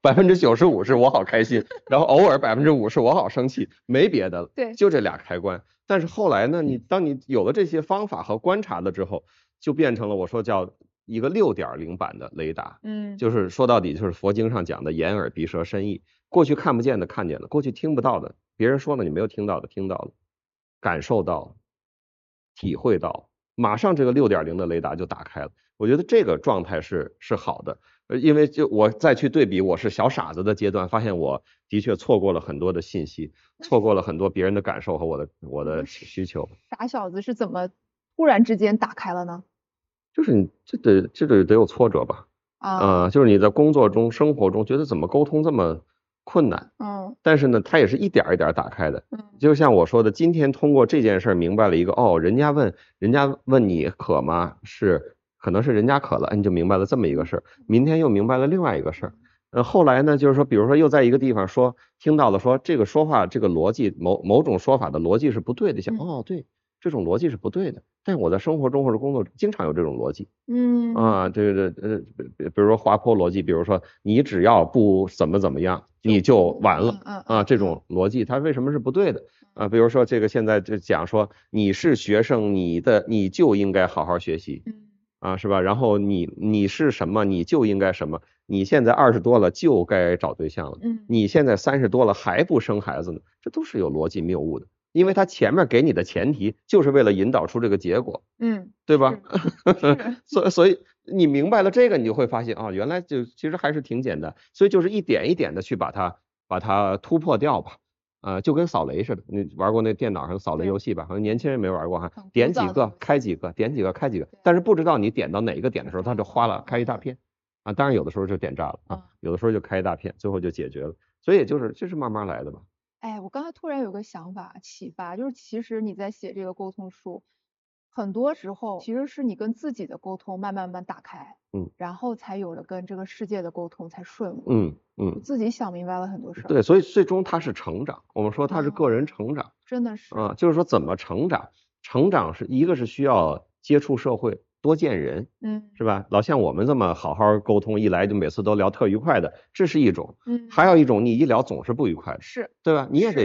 95%是我好开心，然后偶尔5%是我好生气，没别的了。 对， 就这俩开关。但是后来呢，当你有了这些方法和观察了之后，就变成了我说叫一个6.0版的雷达。就是说到底就是佛经上讲的眼耳鼻舌身意。过去看不见的看见了，过去听不到的别人说了你没有听到的听到了，感受到了，体会到了，马上这个6.0的雷达就打开了。我觉得这个状态是好的。因为就我再去对比我是小傻子的阶段，发现我的确错过了很多的信息，错过了很多别人的感受和我的需求。 傻小子是怎么突然之间打开了呢？ 就是你这得有挫折吧？就是你在工作中生活中觉得怎么沟通这么困难。但是呢它也是一点一点打开的。就像我说的，今天通过这件事明白了一个，人家问你渴吗，可能是人家渴了，你就明白了这么一个事儿。明天又明白了另外一个事儿。后来呢，就是说比如说又在一个地方听到了说这个说话这个逻辑某种说法的逻辑是不对的，想对，这种逻辑是不对的，但是我在生活中或者工作中经常有这种逻辑。对，比如说滑坡逻辑，比如说你只要不怎么样你就完了。这种逻辑它为什么是不对的？比如说这个现在就讲说你是学生，你就应该好好学习。是吧？然后你是什么你就应该什么，你现在20多了就该找对象了。你现在30多了还不生孩子呢，这都是有逻辑谬误的。因为他前面给你的前提就是为了引导出这个结果。对吧？所以你明白了这个，你就会发现原来就其实还是挺简单。所以就是一点一点的去把它突破掉吧。就跟扫雷似的，你玩过那电脑上扫雷游戏吧？好像年轻人没玩过哈，点几个开几个，点几个开几个，但是不知道你点到哪个点的时候，它就哗了开一大片。当然有的时候就点炸了有的时候就开一大片，最后就解决了。所以这是慢慢来的吧。 我刚才突然有个想法启发，就是其实你在写这个沟通书，很多时候其实是你跟自己的沟通慢慢打开，然后才有了跟这个世界的沟通才顺利。自己想明白了很多事儿。 对，所以最终它是成长，我们说它是个人成长。 真的是。 就是说怎么成长？成长是一个是需要接触社会，多见人，是吧？老像我们这么好好沟通，一来就每次都聊特愉快的，这是一种。还有一种你一聊总是不愉快的， 是， 对吧？你也得见。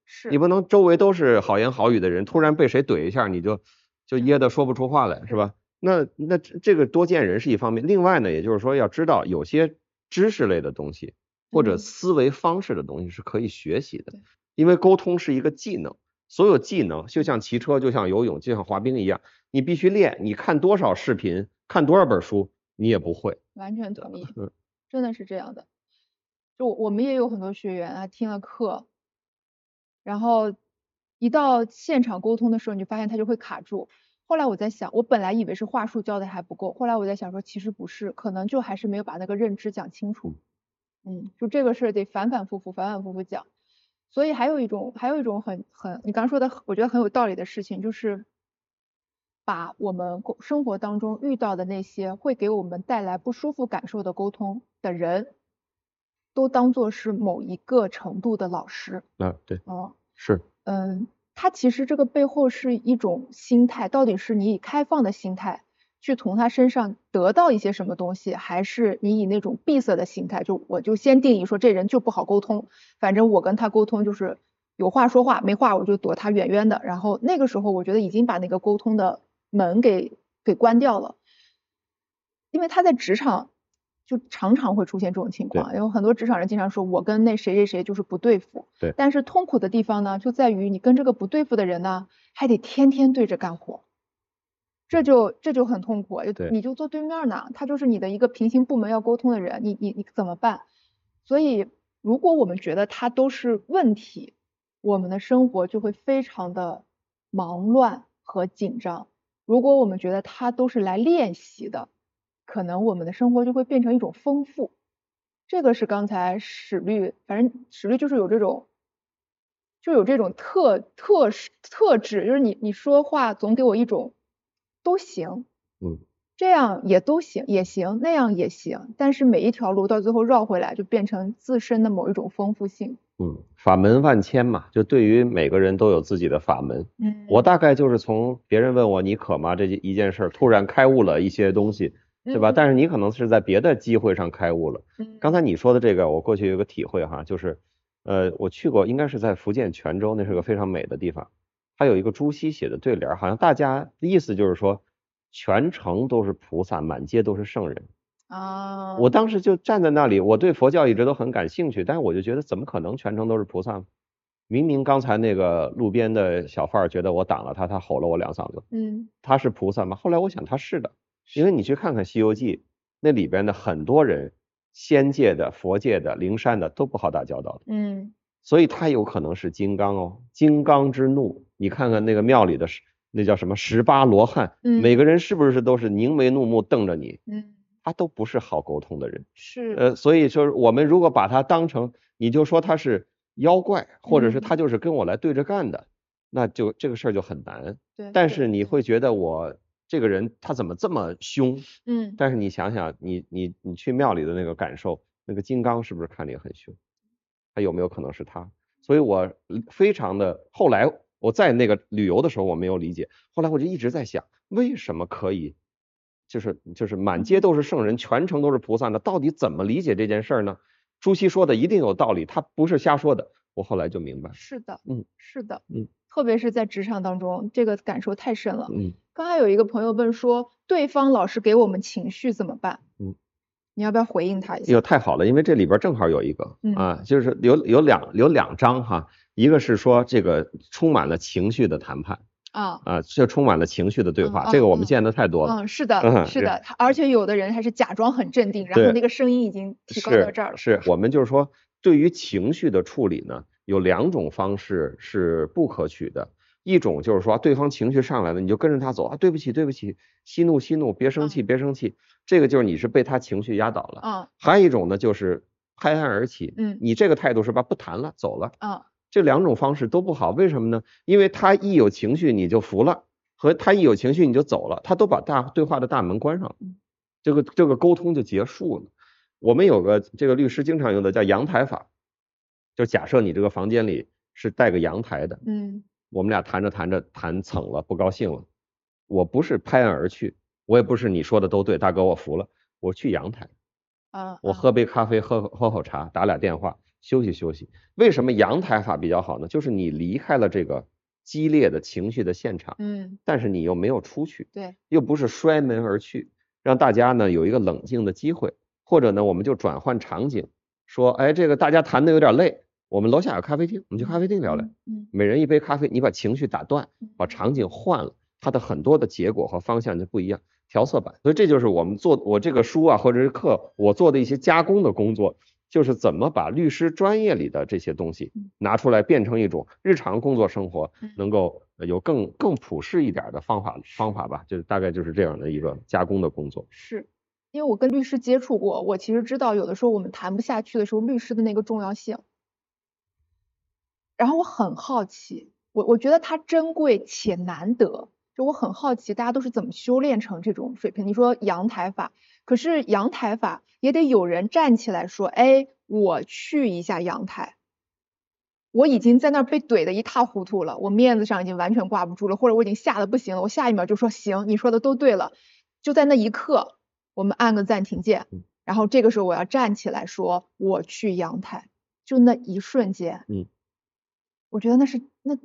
是你不能周围都是好言好语的人，突然被谁怼一下，你就噎得说不出话来，是吧？那这个多见人是一方面，另外呢，也就是说要知道有些知识类的东西或者思维方式的东西是可以学习的，因为沟通是一个技能，所有技能就像骑车，就像游泳，就像滑冰一样，你必须练，你看多少视频，看多少本书，你也不会。 完全同意，真的是这样的。就我们也有很多学员啊，听了课，然后一到现场沟通的时候，你就发现他就会卡住。后来我在想，我本来以为是话术教的还不够，后来我在想说，其实不是，可能就还是没有把那个认知讲清楚。就这个事儿得反反复复讲。所以还有一种很你刚说的，我觉得很有道理的事情，就是把我们生活当中遇到的那些会给我们带来不舒服感受的沟通的人，都当作是某一个程度的老师。 对，是。 它其实这个背后是一种心态，到底是你以开放的心态去从他身上得到一些什么东西，还是你以那种闭塞的心态，就我就先定义说这人就不好沟通，反正我跟他沟通就是有话说话，没话我就躲他远远的，然后那个时候我觉得已经把那个沟通的门给关掉了，因为他在职场就常常会出现这种情况，有很多职场人经常说我跟那谁谁谁就是不对付，但是痛苦的地方呢就在于你跟这个不对付的人呢还得天天对着干活，这就很痛苦，你就坐对面呢，他就是你的一个平行部门要沟通的人，你怎么办？所以如果我们觉得他都是问题，我们的生活就会非常的忙乱和紧张，如果我们觉得他都是来练习的，可能我们的生活就会变成一种丰富。这个是刚才史律，反正史律就是有这种特质，就是你说话总给我一种都行，这样也都行，也行，那样也行，但是每一条路到最后绕回来就变成自身的某一种丰富性。 法门万千嘛，就对于每个人都有自己的法门。我大概就是从别人问我你渴吗这一件事突然开悟了一些东西，对吧？但是你可能是在别的机会上开悟了。刚才你说的这个，我过去有个体会哈，就是我去过，应该是在福建泉州，那是个非常美的地方。它有一个朱熹写的对联，好像大家的意思就是说，全城都是菩萨，满街都是圣人。我当时就站在那里，我对佛教一直都很感兴趣，但是我就觉得怎么可能全程都是菩萨呢？明明刚才那个路边的小贩觉得我挡了他，他吼了我2嗓子，他是菩萨吗？后来我想他是的，因为你去看看《西游记》，那里边的很多人，仙界的、佛界的、灵山的都不好打交道的，所以他有可能是金刚哦，金刚之怒，你看看那个庙里的那叫什么18罗汉，每个人是不是都是凝眉怒目瞪着你？他都不是好沟通的人，所以说我们如果把他当成，你就说他是妖怪，或者是他就是跟我来对着干的，那就这个事儿就很难。但是你会觉得我这个人他怎么这么凶？但是你想想，你去庙里的那个感受，那个金刚是不是看着也很凶？他有没有可能是他？所以我非常的，后来我在那个旅游的时候我没有理解，后来我就一直在想，为什么可以？就是满街都是圣人，全城都是菩萨呢？到底怎么理解这件事呢？朱熹说的一定有道理，他不是瞎说的。我后来就明白。 是的，特别是在职场当中，这个感受太深了。刚才有一个朋友问说，对方老是给我们情绪怎么办？你要不要回应他一下？ 太好了，因为这里边正好有一个就是有两章哈，一个是说这个充满了情绪的谈判。这充满了情绪的对话，这个我们见的太多了。 是的，而且有的人还是假装很镇定，然后那个声音已经提高到这儿了。 是我们就是说，对于情绪的处理呢，有2种方式是不可取的。一种就是说，对方情绪上来了，你就跟着他走对不起，息怒，别生气，这个就是你是被他情绪压倒了。还有一种呢，就是拍案而起。你这个态度是吧？不谈了，走了。这2种方式都不好，为什么呢？因为他一有情绪你就服了，和他一有情绪你就走了，他都把对话的大门关上了，这个沟通就结束了。我们有个这个律师经常用的叫阳台法，就假设你这个房间里是带个阳台的，我们俩谈着谈蹭了，不高兴了，我不是拍案而去，我也不是你说的都对，大哥我服了，我去阳台，我喝杯咖啡，喝口茶，打俩电话。 休息休息。为什么阳台法比较好呢？就是你离开了这个激烈的情绪的现场，但是你又没有出去， 对， 又不是摔门而去，让大家呢有一个冷静的机会，或者呢我们就转换场景，说，哎，这个大家谈的有点累，我们楼下有咖啡厅，我们去咖啡厅聊聊，每人一杯咖啡，你把情绪打断，把场景换了，它的很多的结果和方向就不一样，调色板。所以这就是我这个书啊或者是课我做的一些加工的工作，就是怎么把律师专业里的这些东西拿出来，变成一种日常工作生活能够有更普适一点的方法吧，就大概就是这样的一个加工的工作。 是因为我跟律师接触过，我其实知道有的时候我们谈不下去的时候，律师的那个重要性。然后我很好奇，我觉得它珍贵且难得，就我很好奇大家都是怎么修炼成这种水平。你说阳台法，可是阳台法也得有人站起来说，哎，我去一下阳台。我已经在那儿被怼得一塌糊涂了，我面子上已经完全挂不住了，或者我已经吓得不行了，我下一秒就说行，你说的都对了。就在那一刻，我们按个暂停键，然后这个时候我要站起来说我去阳台，就那一瞬间，我觉得那是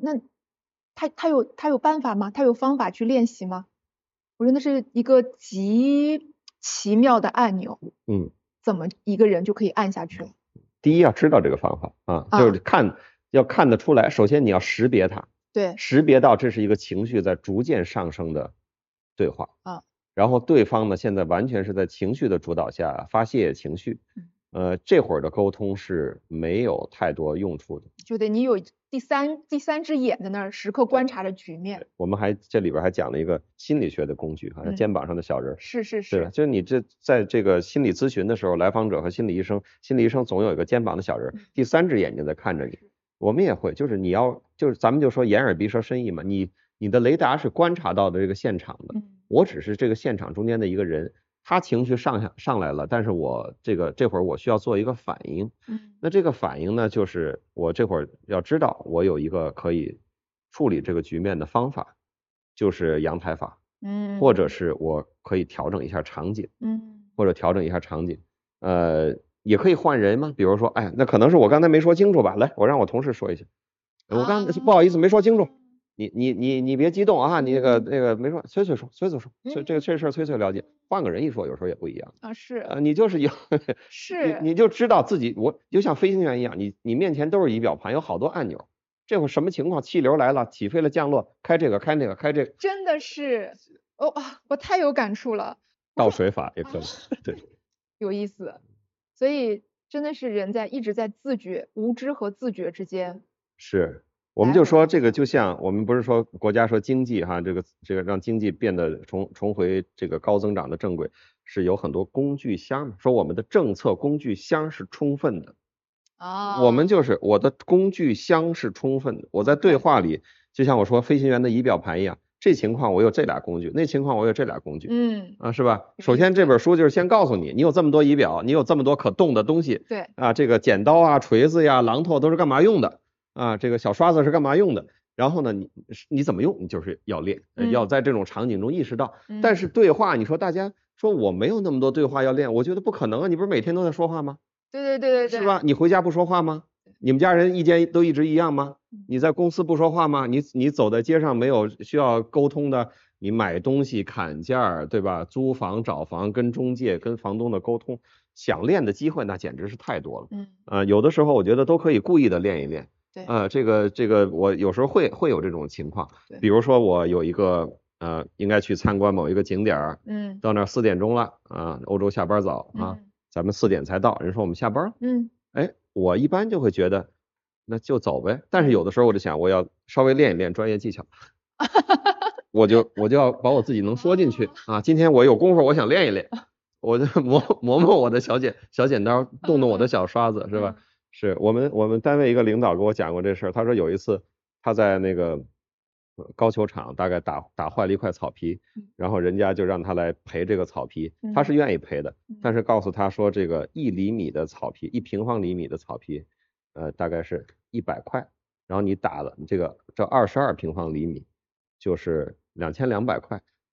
他有办法吗？他有方法去练习吗？我觉得那是一个极奇妙的按钮，怎么一个人就可以按下去了？ 第一要知道这个方法啊，就是要看得出来，首先你要识别它， 对， 识别到这是一个情绪在逐渐上升的对话啊， 然后对方呢现在完全是在情绪的主导下发泄情绪，这会儿的沟通是没有太多用处的， 就得你有第三只眼在那儿时刻观察着局面。 我们这里边还讲了一个心理学的工具，肩膀上的小人， 是， 对吧？就是你在这个心理咨询的时候，来访者和心理医生总有一个肩膀的小人，第三只眼睛在看着你。我们也会，就是咱们就说眼耳鼻舌身意嘛，你的雷达是观察到的这个现场的，我只是这个现场中间的一个人，他情绪上来了，但是我这会儿我需要做一个反应，那这个反应呢，就是我这会儿要知道我有一个可以处理这个局面的方法，就是阳台法，或者是我可以调整一下场景，或者调整一下场景，也可以换人嘛，比如说，哎，那可能是我刚才没说清楚吧，来，我让我同事说一下，我刚才不好意思没说清楚，你别激动啊，你那个没说，崔说，这事儿崔了解，换个人一说，有时候也不一样啊，是， 你就是是， 你就知道自己，就像飞行员一样，你面前都是仪表盘，有好多按钮，这会什么情况？气流来了，起飞了，降落，开这个，开那个，开这个， 真的是，我太有感触了。 倒水法也可以，对， 有意思。所以真的是人一直在无知和自觉之间。 是，我们就说这个就像我们不是说国家说经济哈，这个让经济变得重回这个高增长的正轨，是有很多工具箱嘛，说我们的政策工具箱是充分的。我们就是我的工具箱是充分的，我在对话里就像我说飞行员的仪表盘一样，这情况我有这俩工具，那情况我有这俩工具，是吧？首先这本书就是先告诉你，你有这么多仪表，你有这么多可动的东西， 对这个剪刀啊、锤子呀、榔头都是干嘛用的这个小刷子是干嘛用的？然后呢，你怎么用？你就是要练，要在这种场景中意识到。但是对话，你说大家说我没有那么多对话要练，我觉得不可能啊！你不是每天都在说话吗？ 对， 是吧？你回家不说话吗？你们家人意见都一直一样吗？你在公司不说话吗？你走在街上没有需要沟通的？你买东西砍价，对吧？租房找房跟中介跟房东的沟通，想练的机会那简直是太多了。有的时候我觉得都可以故意的练一练。 对， 这个我有时候会有这种情况。比如说我有一个应该去参观某一个景点，到那4点钟了欧洲下班早咱们4点才到，人说我们下班了，我一般就会觉得那就走呗，但是有的时候我就想我要稍微练一练专业技巧，我就要把我自己能说进去今天我有功夫我想练一练，我就磨我的小剪刀，动我的小刷子，是吧？是我们单位一个领导跟我讲过这事儿，他说有一次他在那个高球场大概打坏了一块草皮，然后人家就让他来赔这个草皮，他是愿意赔的，但是告诉他说这个1厘米的草皮，1平方厘米的草皮大概是100块，然后你打了这22平方厘米就是2200块，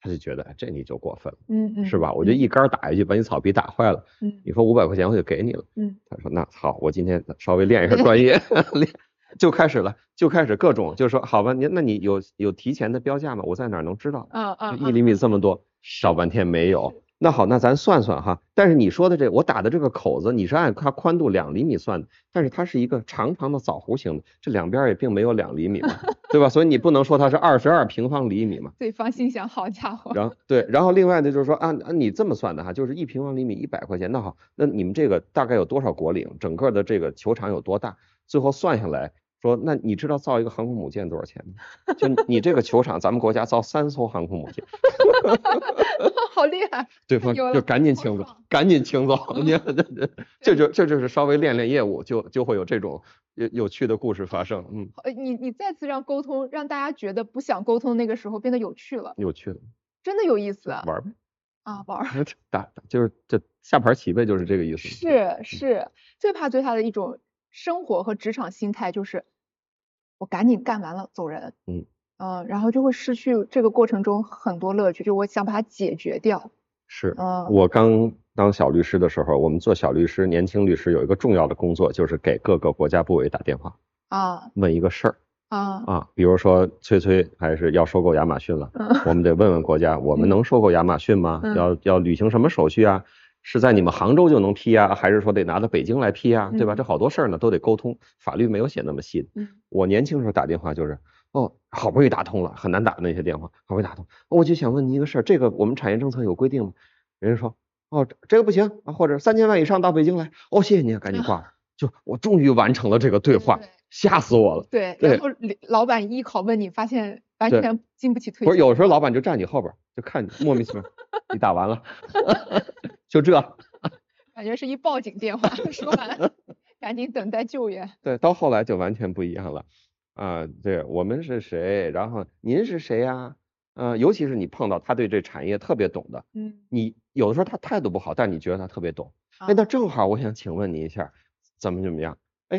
他就觉得这你就过分了， 嗯是吧？我就一杆打下去，把你草皮打坏了，你说500块钱我就给你了，他说那好，我今天稍微练一下专业，就开始各种，就说好吧，那你有提前的标价吗？我在哪儿能知道？就1厘米这么多，找半天没有。那好，那咱算算哈。但是你说的我打的这个口子，你是按它宽度2厘米算的，但是它是一个长长的枣核形的，这两边也并没有2厘米嘛，对吧？所以你不能说它是22平方厘米嘛。 对方心想，好家伙。 然后另外的就是说按你这么算的哈，就是1平方厘米100块钱。那好，那你们这个大概有多少国岭？整个的这个球场有多大？最后算下来。说那你知道造一个航空母舰多少钱吗？就你这个球场，咱们国家造3艘航空母舰。 好厉害！ 对方就赶紧请走，赶紧请走。这就是稍微练练业务，就会有这种有趣的故事发生。 你再次让沟通，让大家觉得不想沟通那个时候变得有趣了。 有趣了， 真的有意思。 玩呗。 玩。 就是这下盘棋呗，就是这个意思。 是，最怕的一种生活和职场心态就是我赶紧干完了走人。然后就会失去这个过程中很多乐趣，就我想把它解决掉。 是，我刚当小律师的时候，我们做小律师，年轻律师有一个重要的工作，就是给各个国家部委打电话问一个事儿比如说崔还是要收购亚马逊了，我们得问问国家，我们能收购亚马逊吗？要履行什么手续啊？是在你们杭州就能批啊，还是说得拿到北京来批啊？对吧？这好多事儿呢都得沟通，法律没有写那么细的。我年轻时候打电话就是好不容易打通了，很难打的那些电话，好不容易打通，我就想问你一个事儿，这个我们产业政策有规定吗？人家说这个不行或者3000万以上到北京来，谢谢你，赶紧挂。就我终于完成了这个对话，吓死我了。 对，然后老板一考问你，发现完全经不起推敲。 不是，有时候老板就站你后边，就看你莫名其妙，你打完了，就这， 感觉是一报警电话，说完赶紧等待救援。 对，到后来就完全不一样了。对，我们是谁？然后您是谁呀？尤其是你碰到他对这产业特别懂的，你有的时候他态度不好，但你觉得他特别懂。那正好我想请问你一下，怎么样？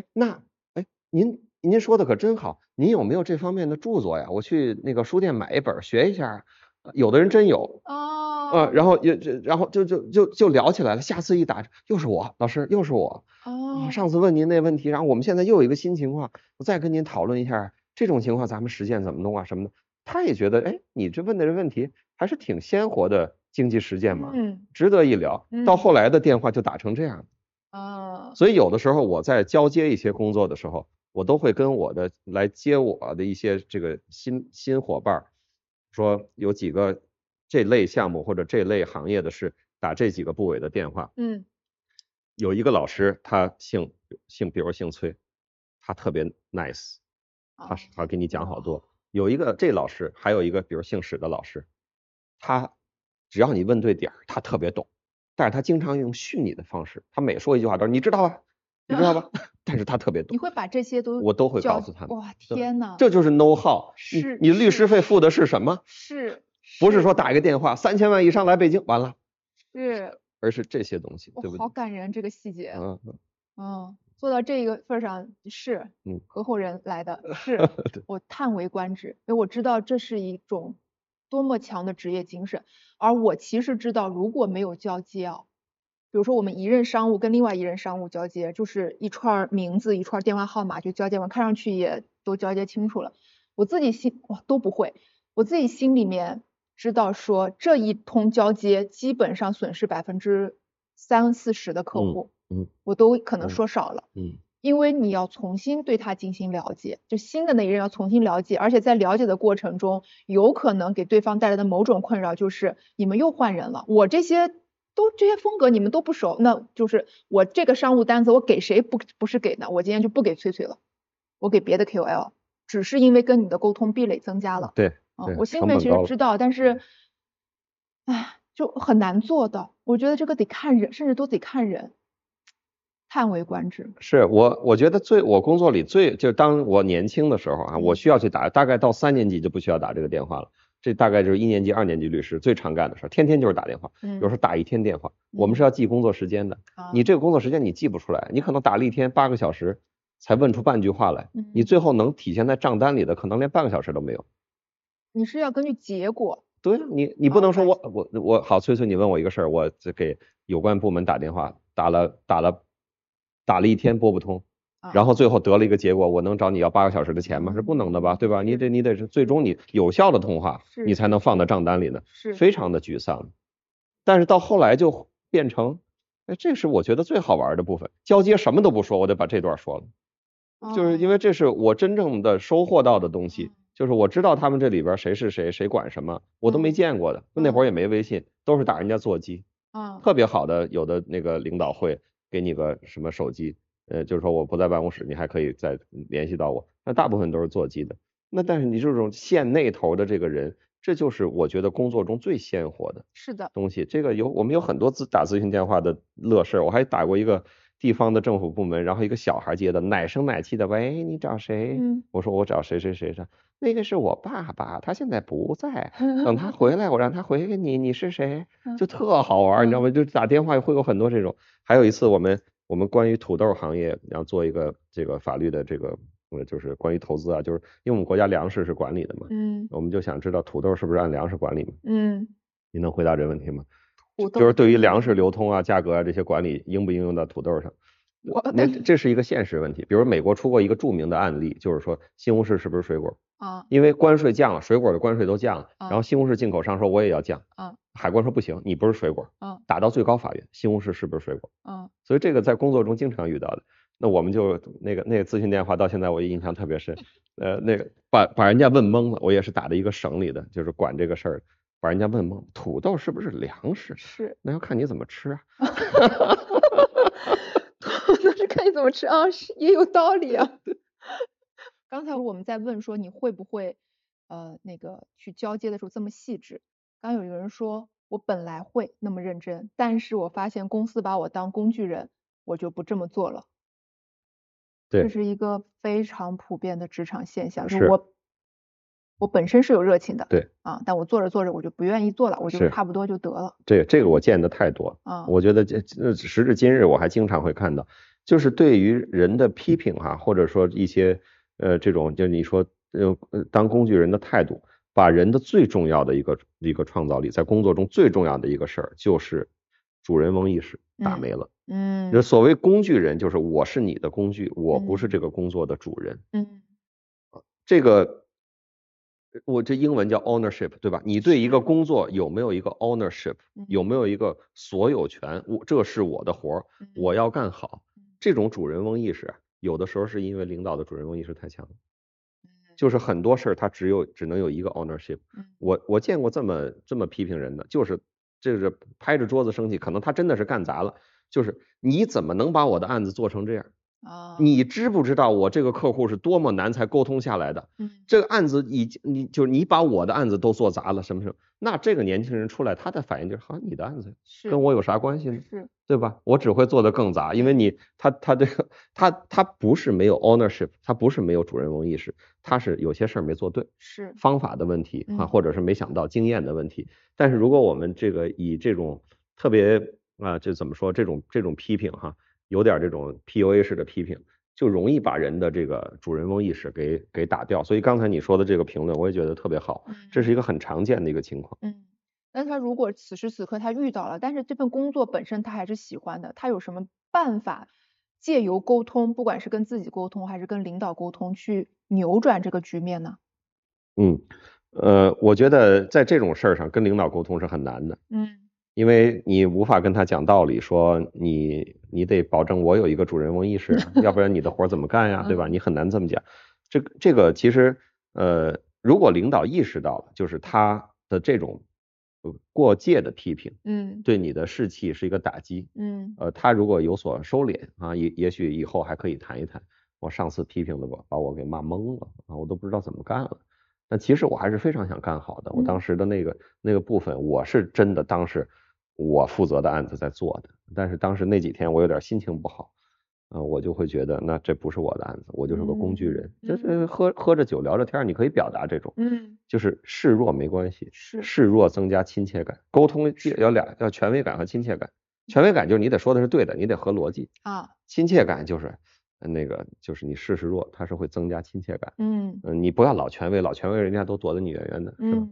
您说的可真好，您有没有这方面的著作呀？我去那个书店买一本学一下。有的人真有然后就聊起来了。下次一打又是我，老师又是我。上次问您那问题，然后我们现在又有一个新情况，我再跟您讨论一下这种情况咱们实践怎么弄啊什么的。他也觉得你这问的这问题还是挺鲜活的经济实践嘛，值得一聊。到后来的电话就打成这样。所以有的时候我在交接一些工作的时候，我都会跟我的来接我的一些这个新伙伴说，有几个这类项目或者这类行业的事，打这几个部委的电话。有一个老师，他比如姓崔，他特别 nice， 他给你讲好多。有一个这老师，还有一个比如姓史的老师，他只要你问对点他特别懂，但是他经常用虚拟的方式，他每说一句话都是你知道吧，你知道吧？但是他特别懂。 你会把这些我都会告诉他们。 哇，天哪， 这就是 know how。你律师费付的是什么？不是说打一个电话3000万以上来北京完了，而是这些东西，对不对？ 好感人，这个细节。做到这个份上是合伙人来的，是我叹为观止，因为我知道这是一种多么强的职业精神。而我其实知道，如果没有交接比如说我们一任商务跟另外一任商务交接，就是一串名字一串电话号码就交接完，看上去也都交接清楚了，我自己都不会，我自己心里面知道说这一通交接基本上损失30-40%的客户。我都可能说少了。因为你要重新对他进行了解，就新的那一任要重新了解，而且在了解的过程中，有可能给对方带来的某种困扰就是你们又换人了，我这些风格你们都不熟，那就是我这个商务单子我给谁不是给呢？我今天就不给崔了，我给别的 KOL， 只是因为跟你的沟通壁垒增加了。 对， 我心里面其实知道，但是就很难做到。我觉得这个得看人，甚至都得看人。叹为观止。 是我觉得我工作里就当我年轻的时候我需要去打，大概到3年级就不需要打这个电话了。这大概就是1年级、2年级律师最常干的事，天天就是打电话，有时候打1天电话。我们是要记工作时间的，你这个工作时间你记不出来，你可能打了1天8个小时才问出半句话来，你最后能体现在账单里的可能连半个小时都没有。 你是要根据结果对啊，你不能说我好，崔崔，你问我一个事儿，我给有关部门打电话，打了一天拨不通，然后最后得了一个结果，我能找你要8个小时的钱吗？是不能的吧，对吧？你得是最终你有效的通话，你才能放到账单里呢，非常的沮丧。但是到后来就变成，这是我觉得最好玩的部分，交接什么都不说，我得把这段说了，就是因为这是我真正的收获到的东西。就是我知道他们这里边谁是谁，谁管什么，我都没见过的。那会儿也没微信，都是打人家座机。特别好的，有的那个领导会给你个什么手机，就是说我不在办公室，你还可以再联系到我。那大部分都是座机的。那但是你这种线那头的这个人，这就是我觉得工作中最鲜活的东西。这个我们有很多打咨询电话的乐事，我还打过一个地方的政府部门，然后一个小孩接的，奶声奶气的，喂，你找谁？我说我找谁谁谁的。那个是我爸爸，他现在不在，等他回来我让他回给你，你是谁？就特好玩，你知道吗？就打电话会有很多这种。还有一次我们关于土豆行业要做一个这个法律的这个就是关于投资啊，就是因为我们国家粮食是管理的嘛，我们就想知道土豆是不是按粮食管理嘛？你能回答这个问题吗？就是对于粮食流通啊、价格啊这些管理应不应用到土豆上？这是一个现实问题。比如美国出过一个著名的案例，就是说西红柿是不是水果？因为关税降了，水果的关税都降了，然后西红柿进口商说我也要降，海关说不行，你不是水果，打到最高法院，西红柿是不是水果？所以这个在工作中经常遇到的。那我们就那个咨询电话到现在我也印象特别深，那个把人家问懵了，我也是打的一个省里的，就是管这个事儿，把人家问懵，土豆是不是粮食？ 是， 那要看你怎么吃啊。 那是看你怎么吃啊，是也有道理啊。刚才我们在问说你会不会那个去交接的时候这么细致，刚有一个人说我本来会那么认真，但是我发现公司把我当工具人，我就不这么做了。这是一个非常普遍的职场现象，就是我本身是有热情的， 对啊，但我做着做着我就不愿意做了，我就差不多就得了。 这个我见的太多了，我觉得时至今日我还经常会看到，就是对于人的批评哈，或者说一些这种就你说当工具人的态度，把人的最重要的一个创造力，在工作中最重要的一个事儿就是主人翁意识打没了。所谓工具人就是我是你的工具，我不是这个工作的主人。这个我这英文叫 ownership， 对吧？你对一个工作有没有一个 ownership， 有没有一个所有权？这是我的活儿，我要干好。这种主人翁意识，有的时候是因为领导的主人翁意识太强了，就是很多事儿他只能有一个 ownership。我见过这么批评人的，就是拍着桌子生气，可能他真的是干砸了，就是你怎么能把我的案子做成这样？你知不知道我这个客户是多么难才沟通下来的？这个案子你把我的案子都做砸了，什么什么？那这个年轻人出来，他的反应就是，好，你的案子跟我有啥关系呢？对吧？我只会做得更砸，因为他不是没有 ownership， 他不是没有主人翁意识，他是有些事儿没做对， 是方法的问题啊，或者是没想到经验的问题。但是如果我们以这种特别这怎么说这种批评哈，有点这种 PUA 式的批评，就容易把人的这个主人翁意识给打掉。所以刚才你说的这个评论，我也觉得特别好，这是一个很常见的一个情况。 那他如果此时此刻他遇到了，但是这份工作本身他还是喜欢的，他有什么办法借由沟通，不管是跟自己沟通还是跟领导沟通，去扭转这个局面呢？ 我觉得在这种事儿上跟领导沟通是很难的。因为你无法跟他讲道理，说你得保证我有一个主人翁意识，要不然你的活怎么干呀，对吧？你很难这么讲。这个其实如果领导意识到了，就是他的这种过界的批评，对你的士气是一个打击，他如果有所收敛啊，也许以后还可以谈一谈。我上次批评的把我给骂懵了啊，我都不知道怎么干了。但其实我还是非常想干好的，我当时的那个部分，我是真的当时我负责的案子在做的，但是当时那几天我有点心情不好，我就会觉得那这不是我的案子，我就是个工具人，就是喝着酒聊着天，你可以表达这种，就是示弱没关系，示弱增加亲切感，沟通要权威感和亲切感，权威感就是你得说的是对的，你得合逻辑啊，亲切感就是就是你示弱，它是会增加亲切感，你不要老权威人家都躲得你远远的，是吧？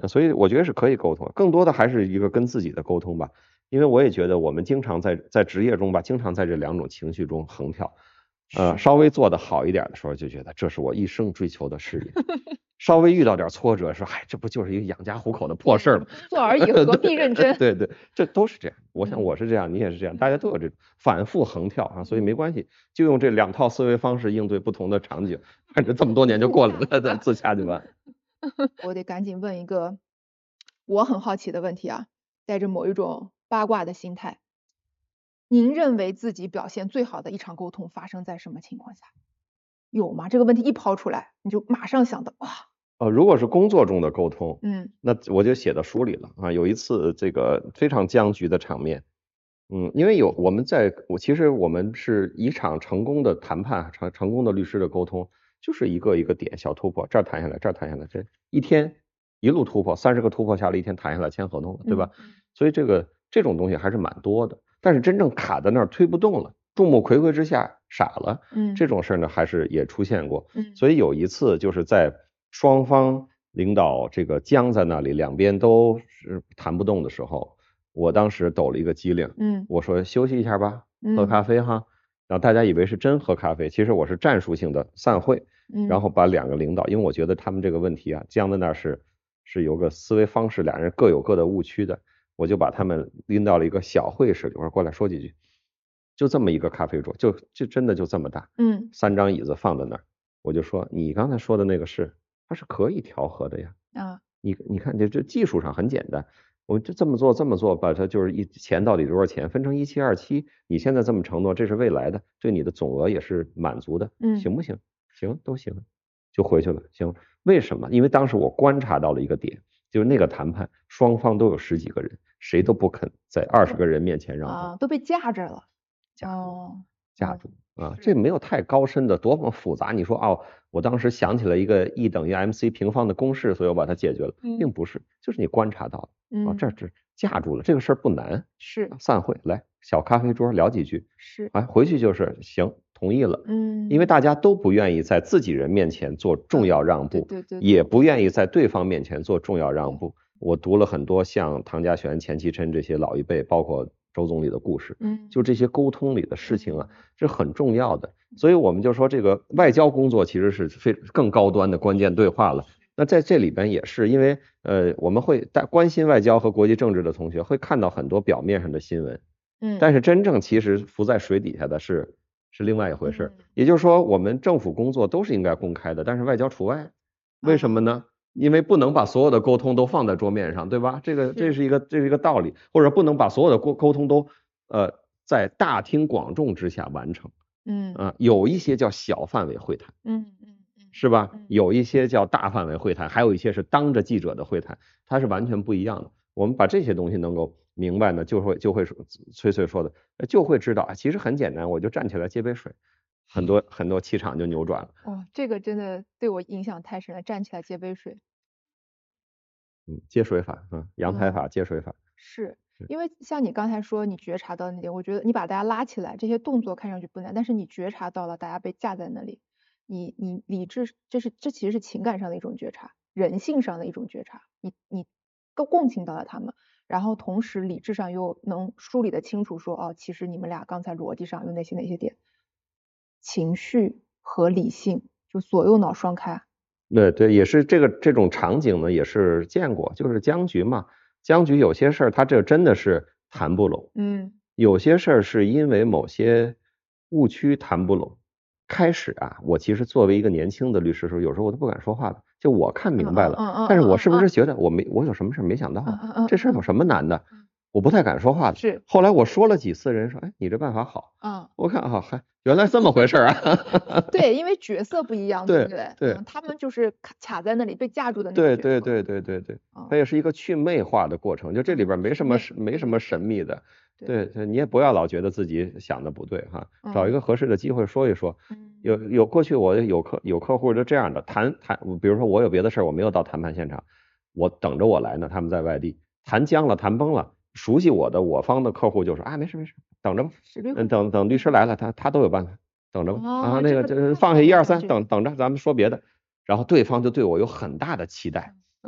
所以我觉得是可以沟通，更多的还是一个跟自己的沟通吧。因为我也觉得我们经常在职业中吧，经常在这两种情绪中横跳。稍微做得好一点的时候，就觉得这是我一生追求的事业。稍微遇到点挫折，说，嗨，这不就是一个养家糊口的破事儿吗？ 做而已，何必认真？ 对对，这都是这样。我想我是这样，你也是这样，大家都有这种反复横跳啊，所以没关系，就用这2套思维方式应对不同的场景，反正这么多年就过来了，自洽就完。 我得赶紧问一个我很好奇的问题啊，带着某一种八卦的心态，您认为自己表现最好的一场沟通发生在什么情况下？有吗？这个问题一抛出来，你就马上想到哇。 如果是工作中的沟通， 嗯， 那我就写到书里了啊。有一次这个非常僵局的场面，因为其实我们是一场成功的谈判，成功的律师的沟通，就是一个一个点小突破，这儿谈下来，这儿谈下来，这一天一路突破，30个突破下来，一天谈下来签合同了，对吧？所以这种东西还是蛮多的，但是真正卡在那儿推不动了，众目睽睽之下傻了，这种事儿呢还是也出现过。所以有一次就是在双方领导这个僵在那里，两边都是谈不动的时候，我当时抖了一个机灵，我说休息一下吧，喝咖啡哈。然后大家以为是真喝咖啡，其实我是战术性的散会，然后把2个领导，因为我觉得他们这个问题啊，僵在那是有个思维方式，俩人各有各的误区的，我就把他们拎到了一个小会室里，我说过来说几句，就这么一个咖啡桌，就真的就这么大，3张椅子放在那儿，我就说你刚才说的那个事，它是可以调和的呀，你看这技术上很简单，我就这么做，把它就是钱到底多少钱分成1727，你现在这么承诺，这是未来的，对你的总额也是满足的，行不行？行，都行，就回去了。行，为什么？因为当时我观察到了一个点，就是那个谈判双方都有10几个人，谁都不肯在20个人面前让步， 都被架着了。 架住啊，这没有太高深的多么复杂。你说我当时想起了一个 E 等于 MC 平方的公式，所以我把它解决了，并不是，就是你观察到了，这架住了，这个事儿不难， 是散会来小咖啡桌聊几句， 是回去就是行，同意了，因为大家都不愿意在自己人面前做重要让步， 对， 也不愿意在对方面前做重要让步。我读了很多像唐家璇、钱其琛这些老一辈，包括周总理的故事，就这些沟通里的事情啊，是很重要的。所以我们就说这个外交工作其实是更高端的关键对话了。那在这里边也是，因为我们会关心外交和国际政治的同学会看到很多表面上的新闻，但是真正其实浮在水底下的是另外一回事。也就是说，我们政府工作都是应该公开的，但是外交除外。为什么呢？因为不能把所有的沟通都放在桌面上，对吧？这是一个道理，或者不能把所有的沟通都在大庭广众之下完成。有一些叫小范围会谈，是吧？有一些叫大范围会谈，还有一些是当着记者的会谈，它是完全不一样的。我们把这些东西能够明白呢，就会崔说的，就会知道其实很简单，我就站起来接杯水，很多气场就扭转了。 这个真的对我影响太深了，站起来接杯水。 接水法阳台法接水法。 是因为像你刚才说你觉察到那点，我觉得你把大家拉起来，这些动作看上去不难，但是你觉察到了大家被架在那里，你理智，这其实是情感上的一种觉察，人性上的一种觉察，你共情到了他们，然后同时理智上又能梳理得清楚说其实你们俩刚才逻辑上有哪些点，情绪和理性就左右脑双开。 对，也是这种场景呢，也是见过，就是僵局嘛。僵局有些事儿，它这真的是谈不拢。有些事儿是因为某些误区谈不拢。开始我其实作为一个年轻的律师的时候，有时候我都不敢说话的，就我看明白了，但是我是不是觉得我有什么事没想到这事儿有什么难的？我不太敢说话的。 是。 后来我说了几次，人说，你这办法好。我看原来这么回事啊。 对，因为角色不一样，对不对？ 对，他们就是卡在那里被架住的那个角色。 对，它也是一个去魅化的过程，就这里边没什么神秘的。对，你也不要老觉得自己想的不对哈，找一个合适的机会说一说。有过去我有客户就这样的谈，比如说我有别的事儿，我没有到谈判现场，我等着我来呢，他们在外地谈僵了，谈崩了。熟悉我方的客户就说没事，等着吧，等律师来了，他都有办法，等着吧。那个就是放下1、2、3，等着咱们说别的。然后对方就对我有很大的期待，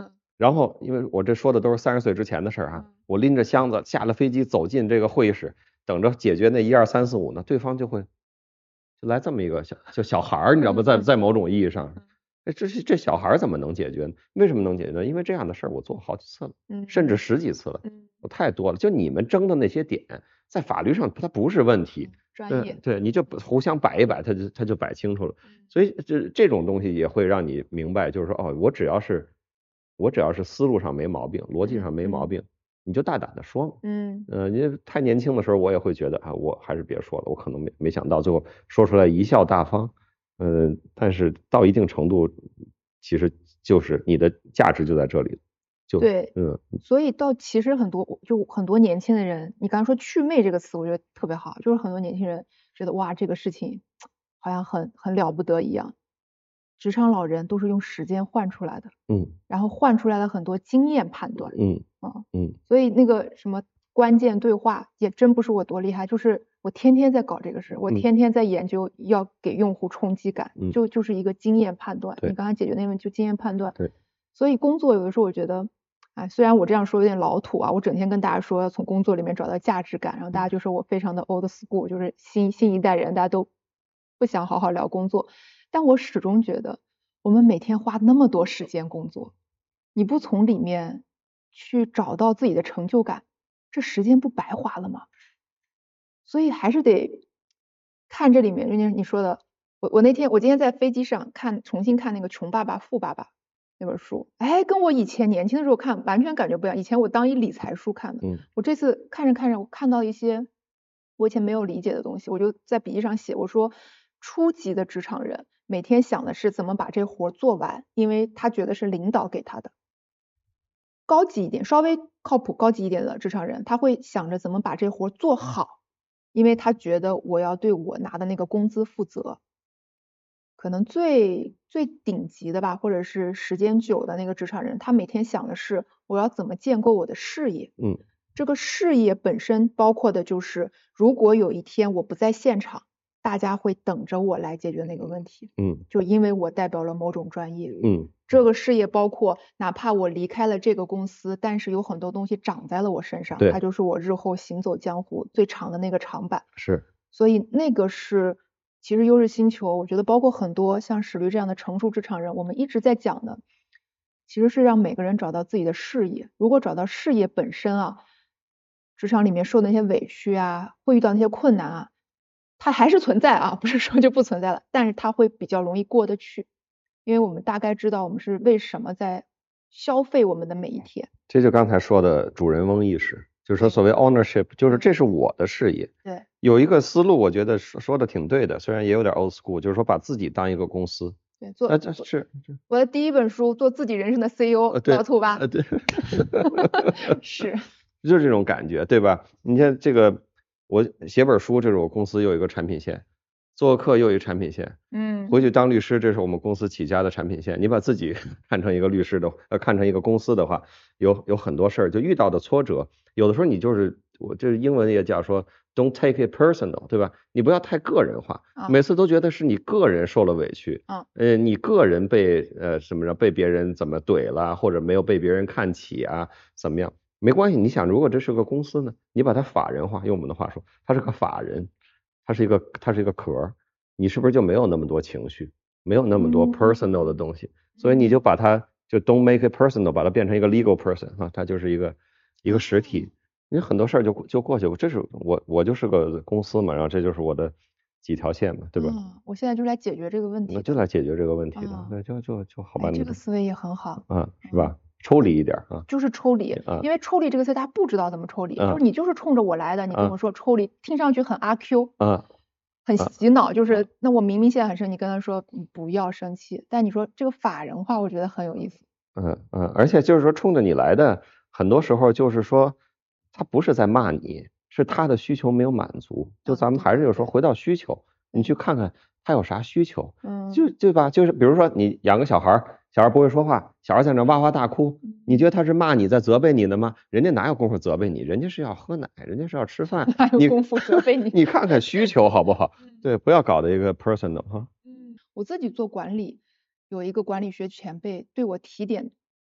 然后因为我这说的都是30岁之前的事儿哈，我拎着箱子下了飞机走进这个会议室，等着解决那1、2、3、4、5呢，对方就来这么一个小孩儿，你知道吧，在某种意义上，这小孩儿怎么能解决呢？为什么能解决呢？因为这样的事儿我做好几次了，甚至10几次了，我太多了。就你们争的那些点，在法律上它不是问题， 专业， 对，你就互相摆一摆，它就摆清楚了。所以这种东西也会让你明白，就是说哦，我只要是思路上没毛病，逻辑上没毛病，你就大胆的说嘛。你太年轻的时候，我也会觉得啊，我还是别说了，我可能没想到最后说出来贻笑大方。但是到一定程度，其实就是你的价值就在这里。 对，所以其实很多年轻的人，你刚才说祛魅这个词，我觉得特别好，就是很多年轻人觉得哇，这个事情好像很了不得一样。职场老人都是用时间换出来的，然后换出来了很多经验判断，所以那个什么关键对话也真不是我多厉害，就是我天天在搞这个事，我天天在研究要给用户冲击感，就是一个经验判断。你刚才解决那个问题就经验判断，所以工作有的时候我觉得，哎，虽然我这样说有点老土啊，我整天跟大家说要从工作里面找到价值感，然后大家就说我非常的 old school，就是新一代人，大家都不想好好聊工作。但我始终觉得，我们每天花那么多时间工作，你不从里面去找到自己的成就感，这时间不白花了吗？所以还是得看这里面，就像你说的，我今天在飞机上重新看那个《穷爸爸富爸爸》那本书，哎，跟我以前年轻的时候看完全感觉不一样。以前我当一理财书看的，我这次看着看着，我看到一些我以前没有理解的东西，我就在笔记上写，我说初级的职场人每天想的是怎么把这活做完，因为他觉得是领导给他的。高级一点，稍微靠谱高级一点的职场人，他会想着怎么把这活做好，因为他觉得我要对我拿的那个工资负责。可能最顶级的吧，或者是时间久的那个职场人，他每天想的是我要怎么建构我的事业。这个事业本身包括的就是，如果有一天我不在现场，大家会等着我来解决那个问题。就因为我代表了某种专业。这个事业包括哪怕我离开了这个公司，但是有很多东西长在了我身上，它就是我日后行走江湖最长的那个长板。 是。 所以那个是。其实优势星球，我觉得包括很多像史律这样的成熟职场人，我们一直在讲的，其实是让每个人找到自己的事业。如果找到事业本身啊，职场里面受的那些委屈啊，会遇到那些困难啊，它还是存在啊，不是说就不存在了，但是它会比较容易过得去，因为我们大概知道我们是为什么在消费我们的每一天。 这就刚才说的主人翁意识。就是说所谓 ownership， 就是这是我的事业。 对， 有一个思路，我觉得说的挺对的，虽然也有点 old school， 就是说把自己当一个公司。 对， 是我的第一本书做自己人生的 CEO， 老土吧？ 对， 是， 就是这种感觉，对吧？你看这个，我写本书，这是我公司又有一个产品线，做课又有一个产品线，回去当律师，这是我们公司起家的产品线。你把自己看成一个律师的，看成一个公司的话，有很多事儿，就遇到的挫折，有的时候你就是我这英文也讲说 ，don't take it personal， 对吧？你不要太个人化，每次都觉得是你个人受了委屈，你个人被被别人怎么怼了，或者没有被别人看起啊，怎么样？没关系，你想如果这是个公司呢，你把它法人化，用我们的话说，它是个法人。它是一个壳，你是不是就没有那么多情绪，没有那么多 personal 的东西，所以你就把它就 don't make it personal， 把它变成一个 legal person 啊，它就是一个实体，你很多事儿就过去了。这是我就是个公司嘛，然后这就是我的几条线嘛，对吧？ 我现在就来解决这个问题， 那就来解决这个问题的，那就好办。 这个思维也很好是吧？抽离一点啊， 就是抽离，因为抽离这个词大家不知道怎么抽离，就是你就是冲着我来的，你跟我说抽离，听上去很阿 Q，很洗脑，就是那我明明现在很生气，你跟他说你不要生气，但你说这个法人化，我觉得很有意思。 而且就是说冲着你来的，很多时候就是说他不是在骂你，是他的需求没有满足。就咱们还是说回到需求，你去看看他有啥需求，对吧？就是比如说你养个小孩，小孩不会说话，小孩在那哇哇大哭，你觉得他是骂你在责备你的吗？人家哪有功夫责备你，人家是要喝奶，人家是要吃饭， 哪有功夫责备你？ 你看看需求好不好？对，不要搞的一个 personal 哈。 我自己做管理，有一个管理学前辈对我提点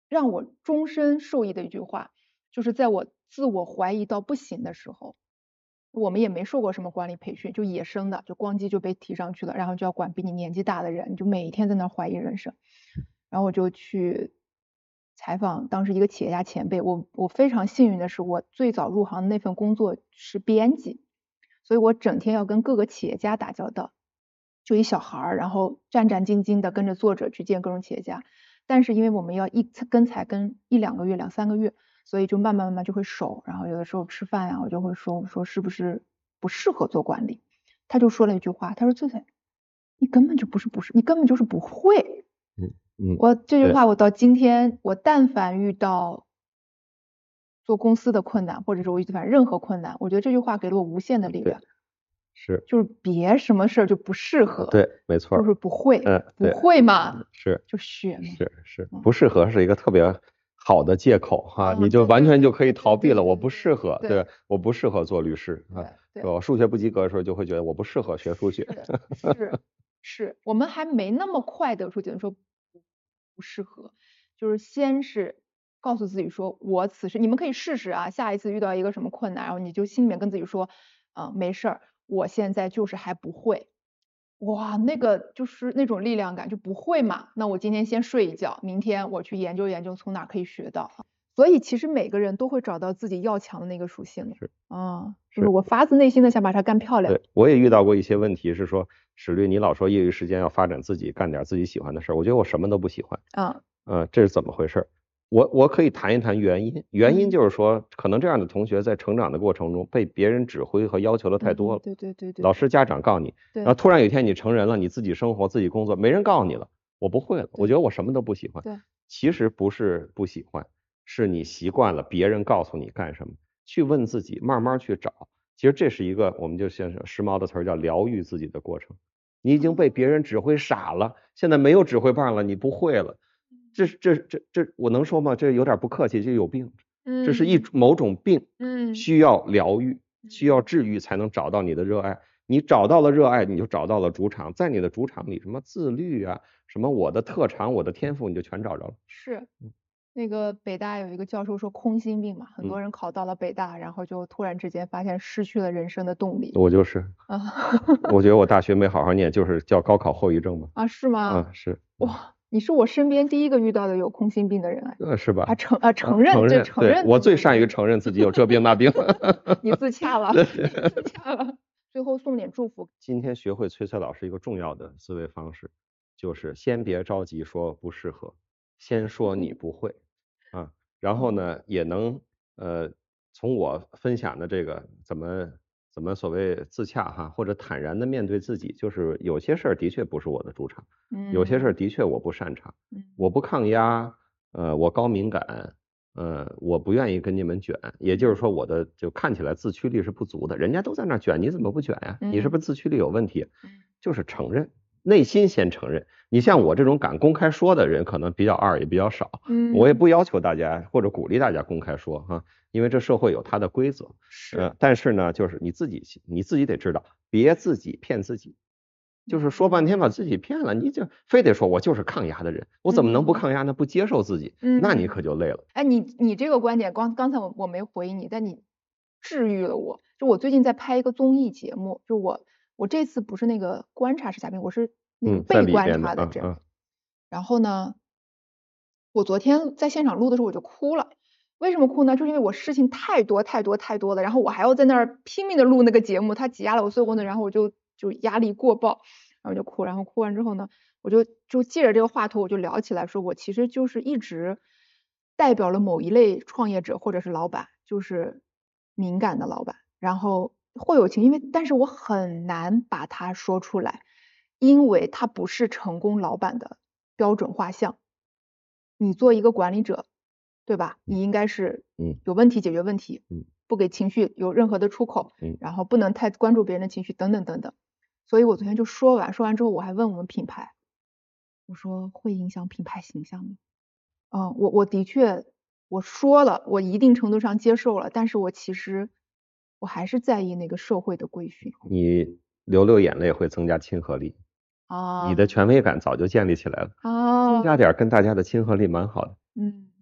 让我终身受益的一句话，就是在我自我怀疑到不行的时候，我们也没受过什么管理培训，就野生的，就咣叽就被提上去了，然后就要管比你年纪大的人，你就每一天在那怀疑人生。然后我就去采访当时一个企业家前辈，我非常幸运的是，我最早入行的那份工作是编辑，所以我整天要跟各个企业家打交道，就一小孩儿，然后战战兢兢的跟着作者去见各种企业家。但是因为我们要才跟1-2个月、2-3个月，所以就慢慢就会熟。然后有的时候吃饭呀，我就会说是不是不适合做管理？他就说了一句话，他说翠翠，你根本就不是，你根本就是不会。这句话我到今天，我但凡遇到做公司的困难，或者是我反正任何困难，我觉得这句话给了我无限的力量。 是， 就是别什么事儿就不适合， 对，没错， 就是不会，不会嘛， 是， 就学嘛， 是，不适合是一个特别好的借口哈，你就完全就可以逃避了，我不适合，对，我不适合做律师啊，我数学不及格的时候就会觉得我不适合学数学， 是，我们还没那么快得出结论说不适合，就是先是告诉自己说，我此时你们可以试试啊，下一次遇到一个什么困难，然后你就心里面跟自己说，没事儿。我现在就是还不会，哇，那个就是那种力量感，就不会嘛，那我今天先睡一觉，明天我去研究研究从哪可以学到。所以其实每个人都会找到自己要强的那个属性的，就是我发自内心的想把它干漂亮。 对，我也遇到过一些问题，是说史律，你老说业余时间要发展自己，干点自己喜欢的事儿，我觉得我什么都不喜欢。这是怎么回事？我可以谈一谈原因，原因就是说，可能这样的同学在成长的过程中被别人指挥和要求的太多了， 对， 老师家长告诉你，然后突然有一天你成人了，你自己生活自己工作，没人告诉你了，我不会了，我觉得我什么都不喜欢。其实不是不喜欢，是你习惯了别人告诉你干什么，去问自己，慢慢去找。其实这是一个我们就像时髦的词儿叫疗愈自己的过程。你已经被别人指挥傻了，现在没有指挥棒了，你不会了。这我能说吗？这有点不客气，就有病。这是某种病，需要疗愈，需要治愈才能找到你的热爱。你找到了热爱，你就找到了主场，在你的主场里，什么自律啊，什么我的特长、我的天赋，你就全找着了。 是，那个北大有一个教授说空心病嘛，很多人考到了北大，然后就突然之间发现失去了人生的动力。 我就是，我觉得我大学没好好念，就是叫高考后遗症嘛。 是吗？ 是。 哇，你是我身边第一个遇到的有空心病的人是吧？ 承认， 对，我最善于承认自己有这病那病。 你自洽了，最后送点祝福。 今天学会崔崔老师一个重要的思维方式，就是先别着急说不适合，先说你不会啊，然后呢也能从我分享的这个怎么所谓自洽哈，或者坦然的面对自己，就是有些事儿的确不是我的主场，有些事儿的确我不擅长，我不抗压，我高敏感，我不愿意跟你们卷，也就是说我的就看起来自驱力是不足的，人家都在那卷，你怎么不卷呀？你是不是自驱力有问题？就是承认，内心先承认。你像我这种敢公开说的人，可能比较二也比较少，我也不要求大家或者鼓励大家公开说哈，因为这社会有它的规则。但是呢，就是你自己得知道，别自己骗自己。就是说半天把自己骗了，你就非得说我就是抗压的人，我怎么能不抗压呢？不接受自己，那你可就累了。 你这个观点，刚才我没回应你，但你治愈了我。就我最近在拍一个综艺节目，就我这次不是那个观察式嘉宾，我是那个被观察的这样。然后呢，我昨天在现场录的时候我就哭了。为什么哭呢？就是因为我事情太多了，然后我还要在那儿拼命的录那个节目，它挤压了我所有工作，然后我就压力过爆，然后就哭。然后哭完之后呢，我就借着这个话头，我就聊起来，说我其实就是一直代表了某一类创业者或者是老板，就是敏感的老板，然后会有情，但是我很难把它说出来，因为它不是成功老板的标准画像。你做一个管理者，对吧？你应该是有问题解决问题，不给情绪有任何的出口，然后不能太关注别人的情绪等等等等。所以我昨天就说完之后，我还问我们品牌，我说会影响品牌形象吗？我的确我说了，我一定程度上接受了，但是其实我还是在意那个社会的规训。 你流眼泪会增加亲和力。你的权威感早就建立起来了，增加点跟大家的亲和力蛮好的。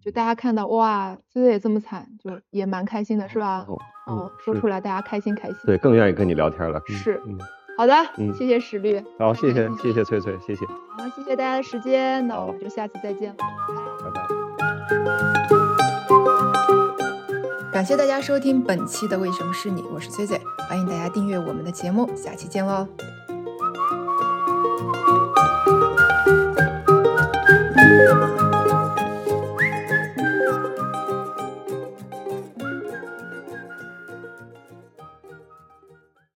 就大家看到哇，崔崔也这么惨，就也蛮开心的，是吧？说出来大家开心。 对，更愿意跟你聊天了。 是，好的，谢谢史律。 好，谢谢崔崔，谢谢。 好，谢谢大家的时间，那我们就下次再见了， 拜拜。 感谢大家收听本期的为什么是你，我是崔崔，欢迎大家订阅我们的节目，下期见喽。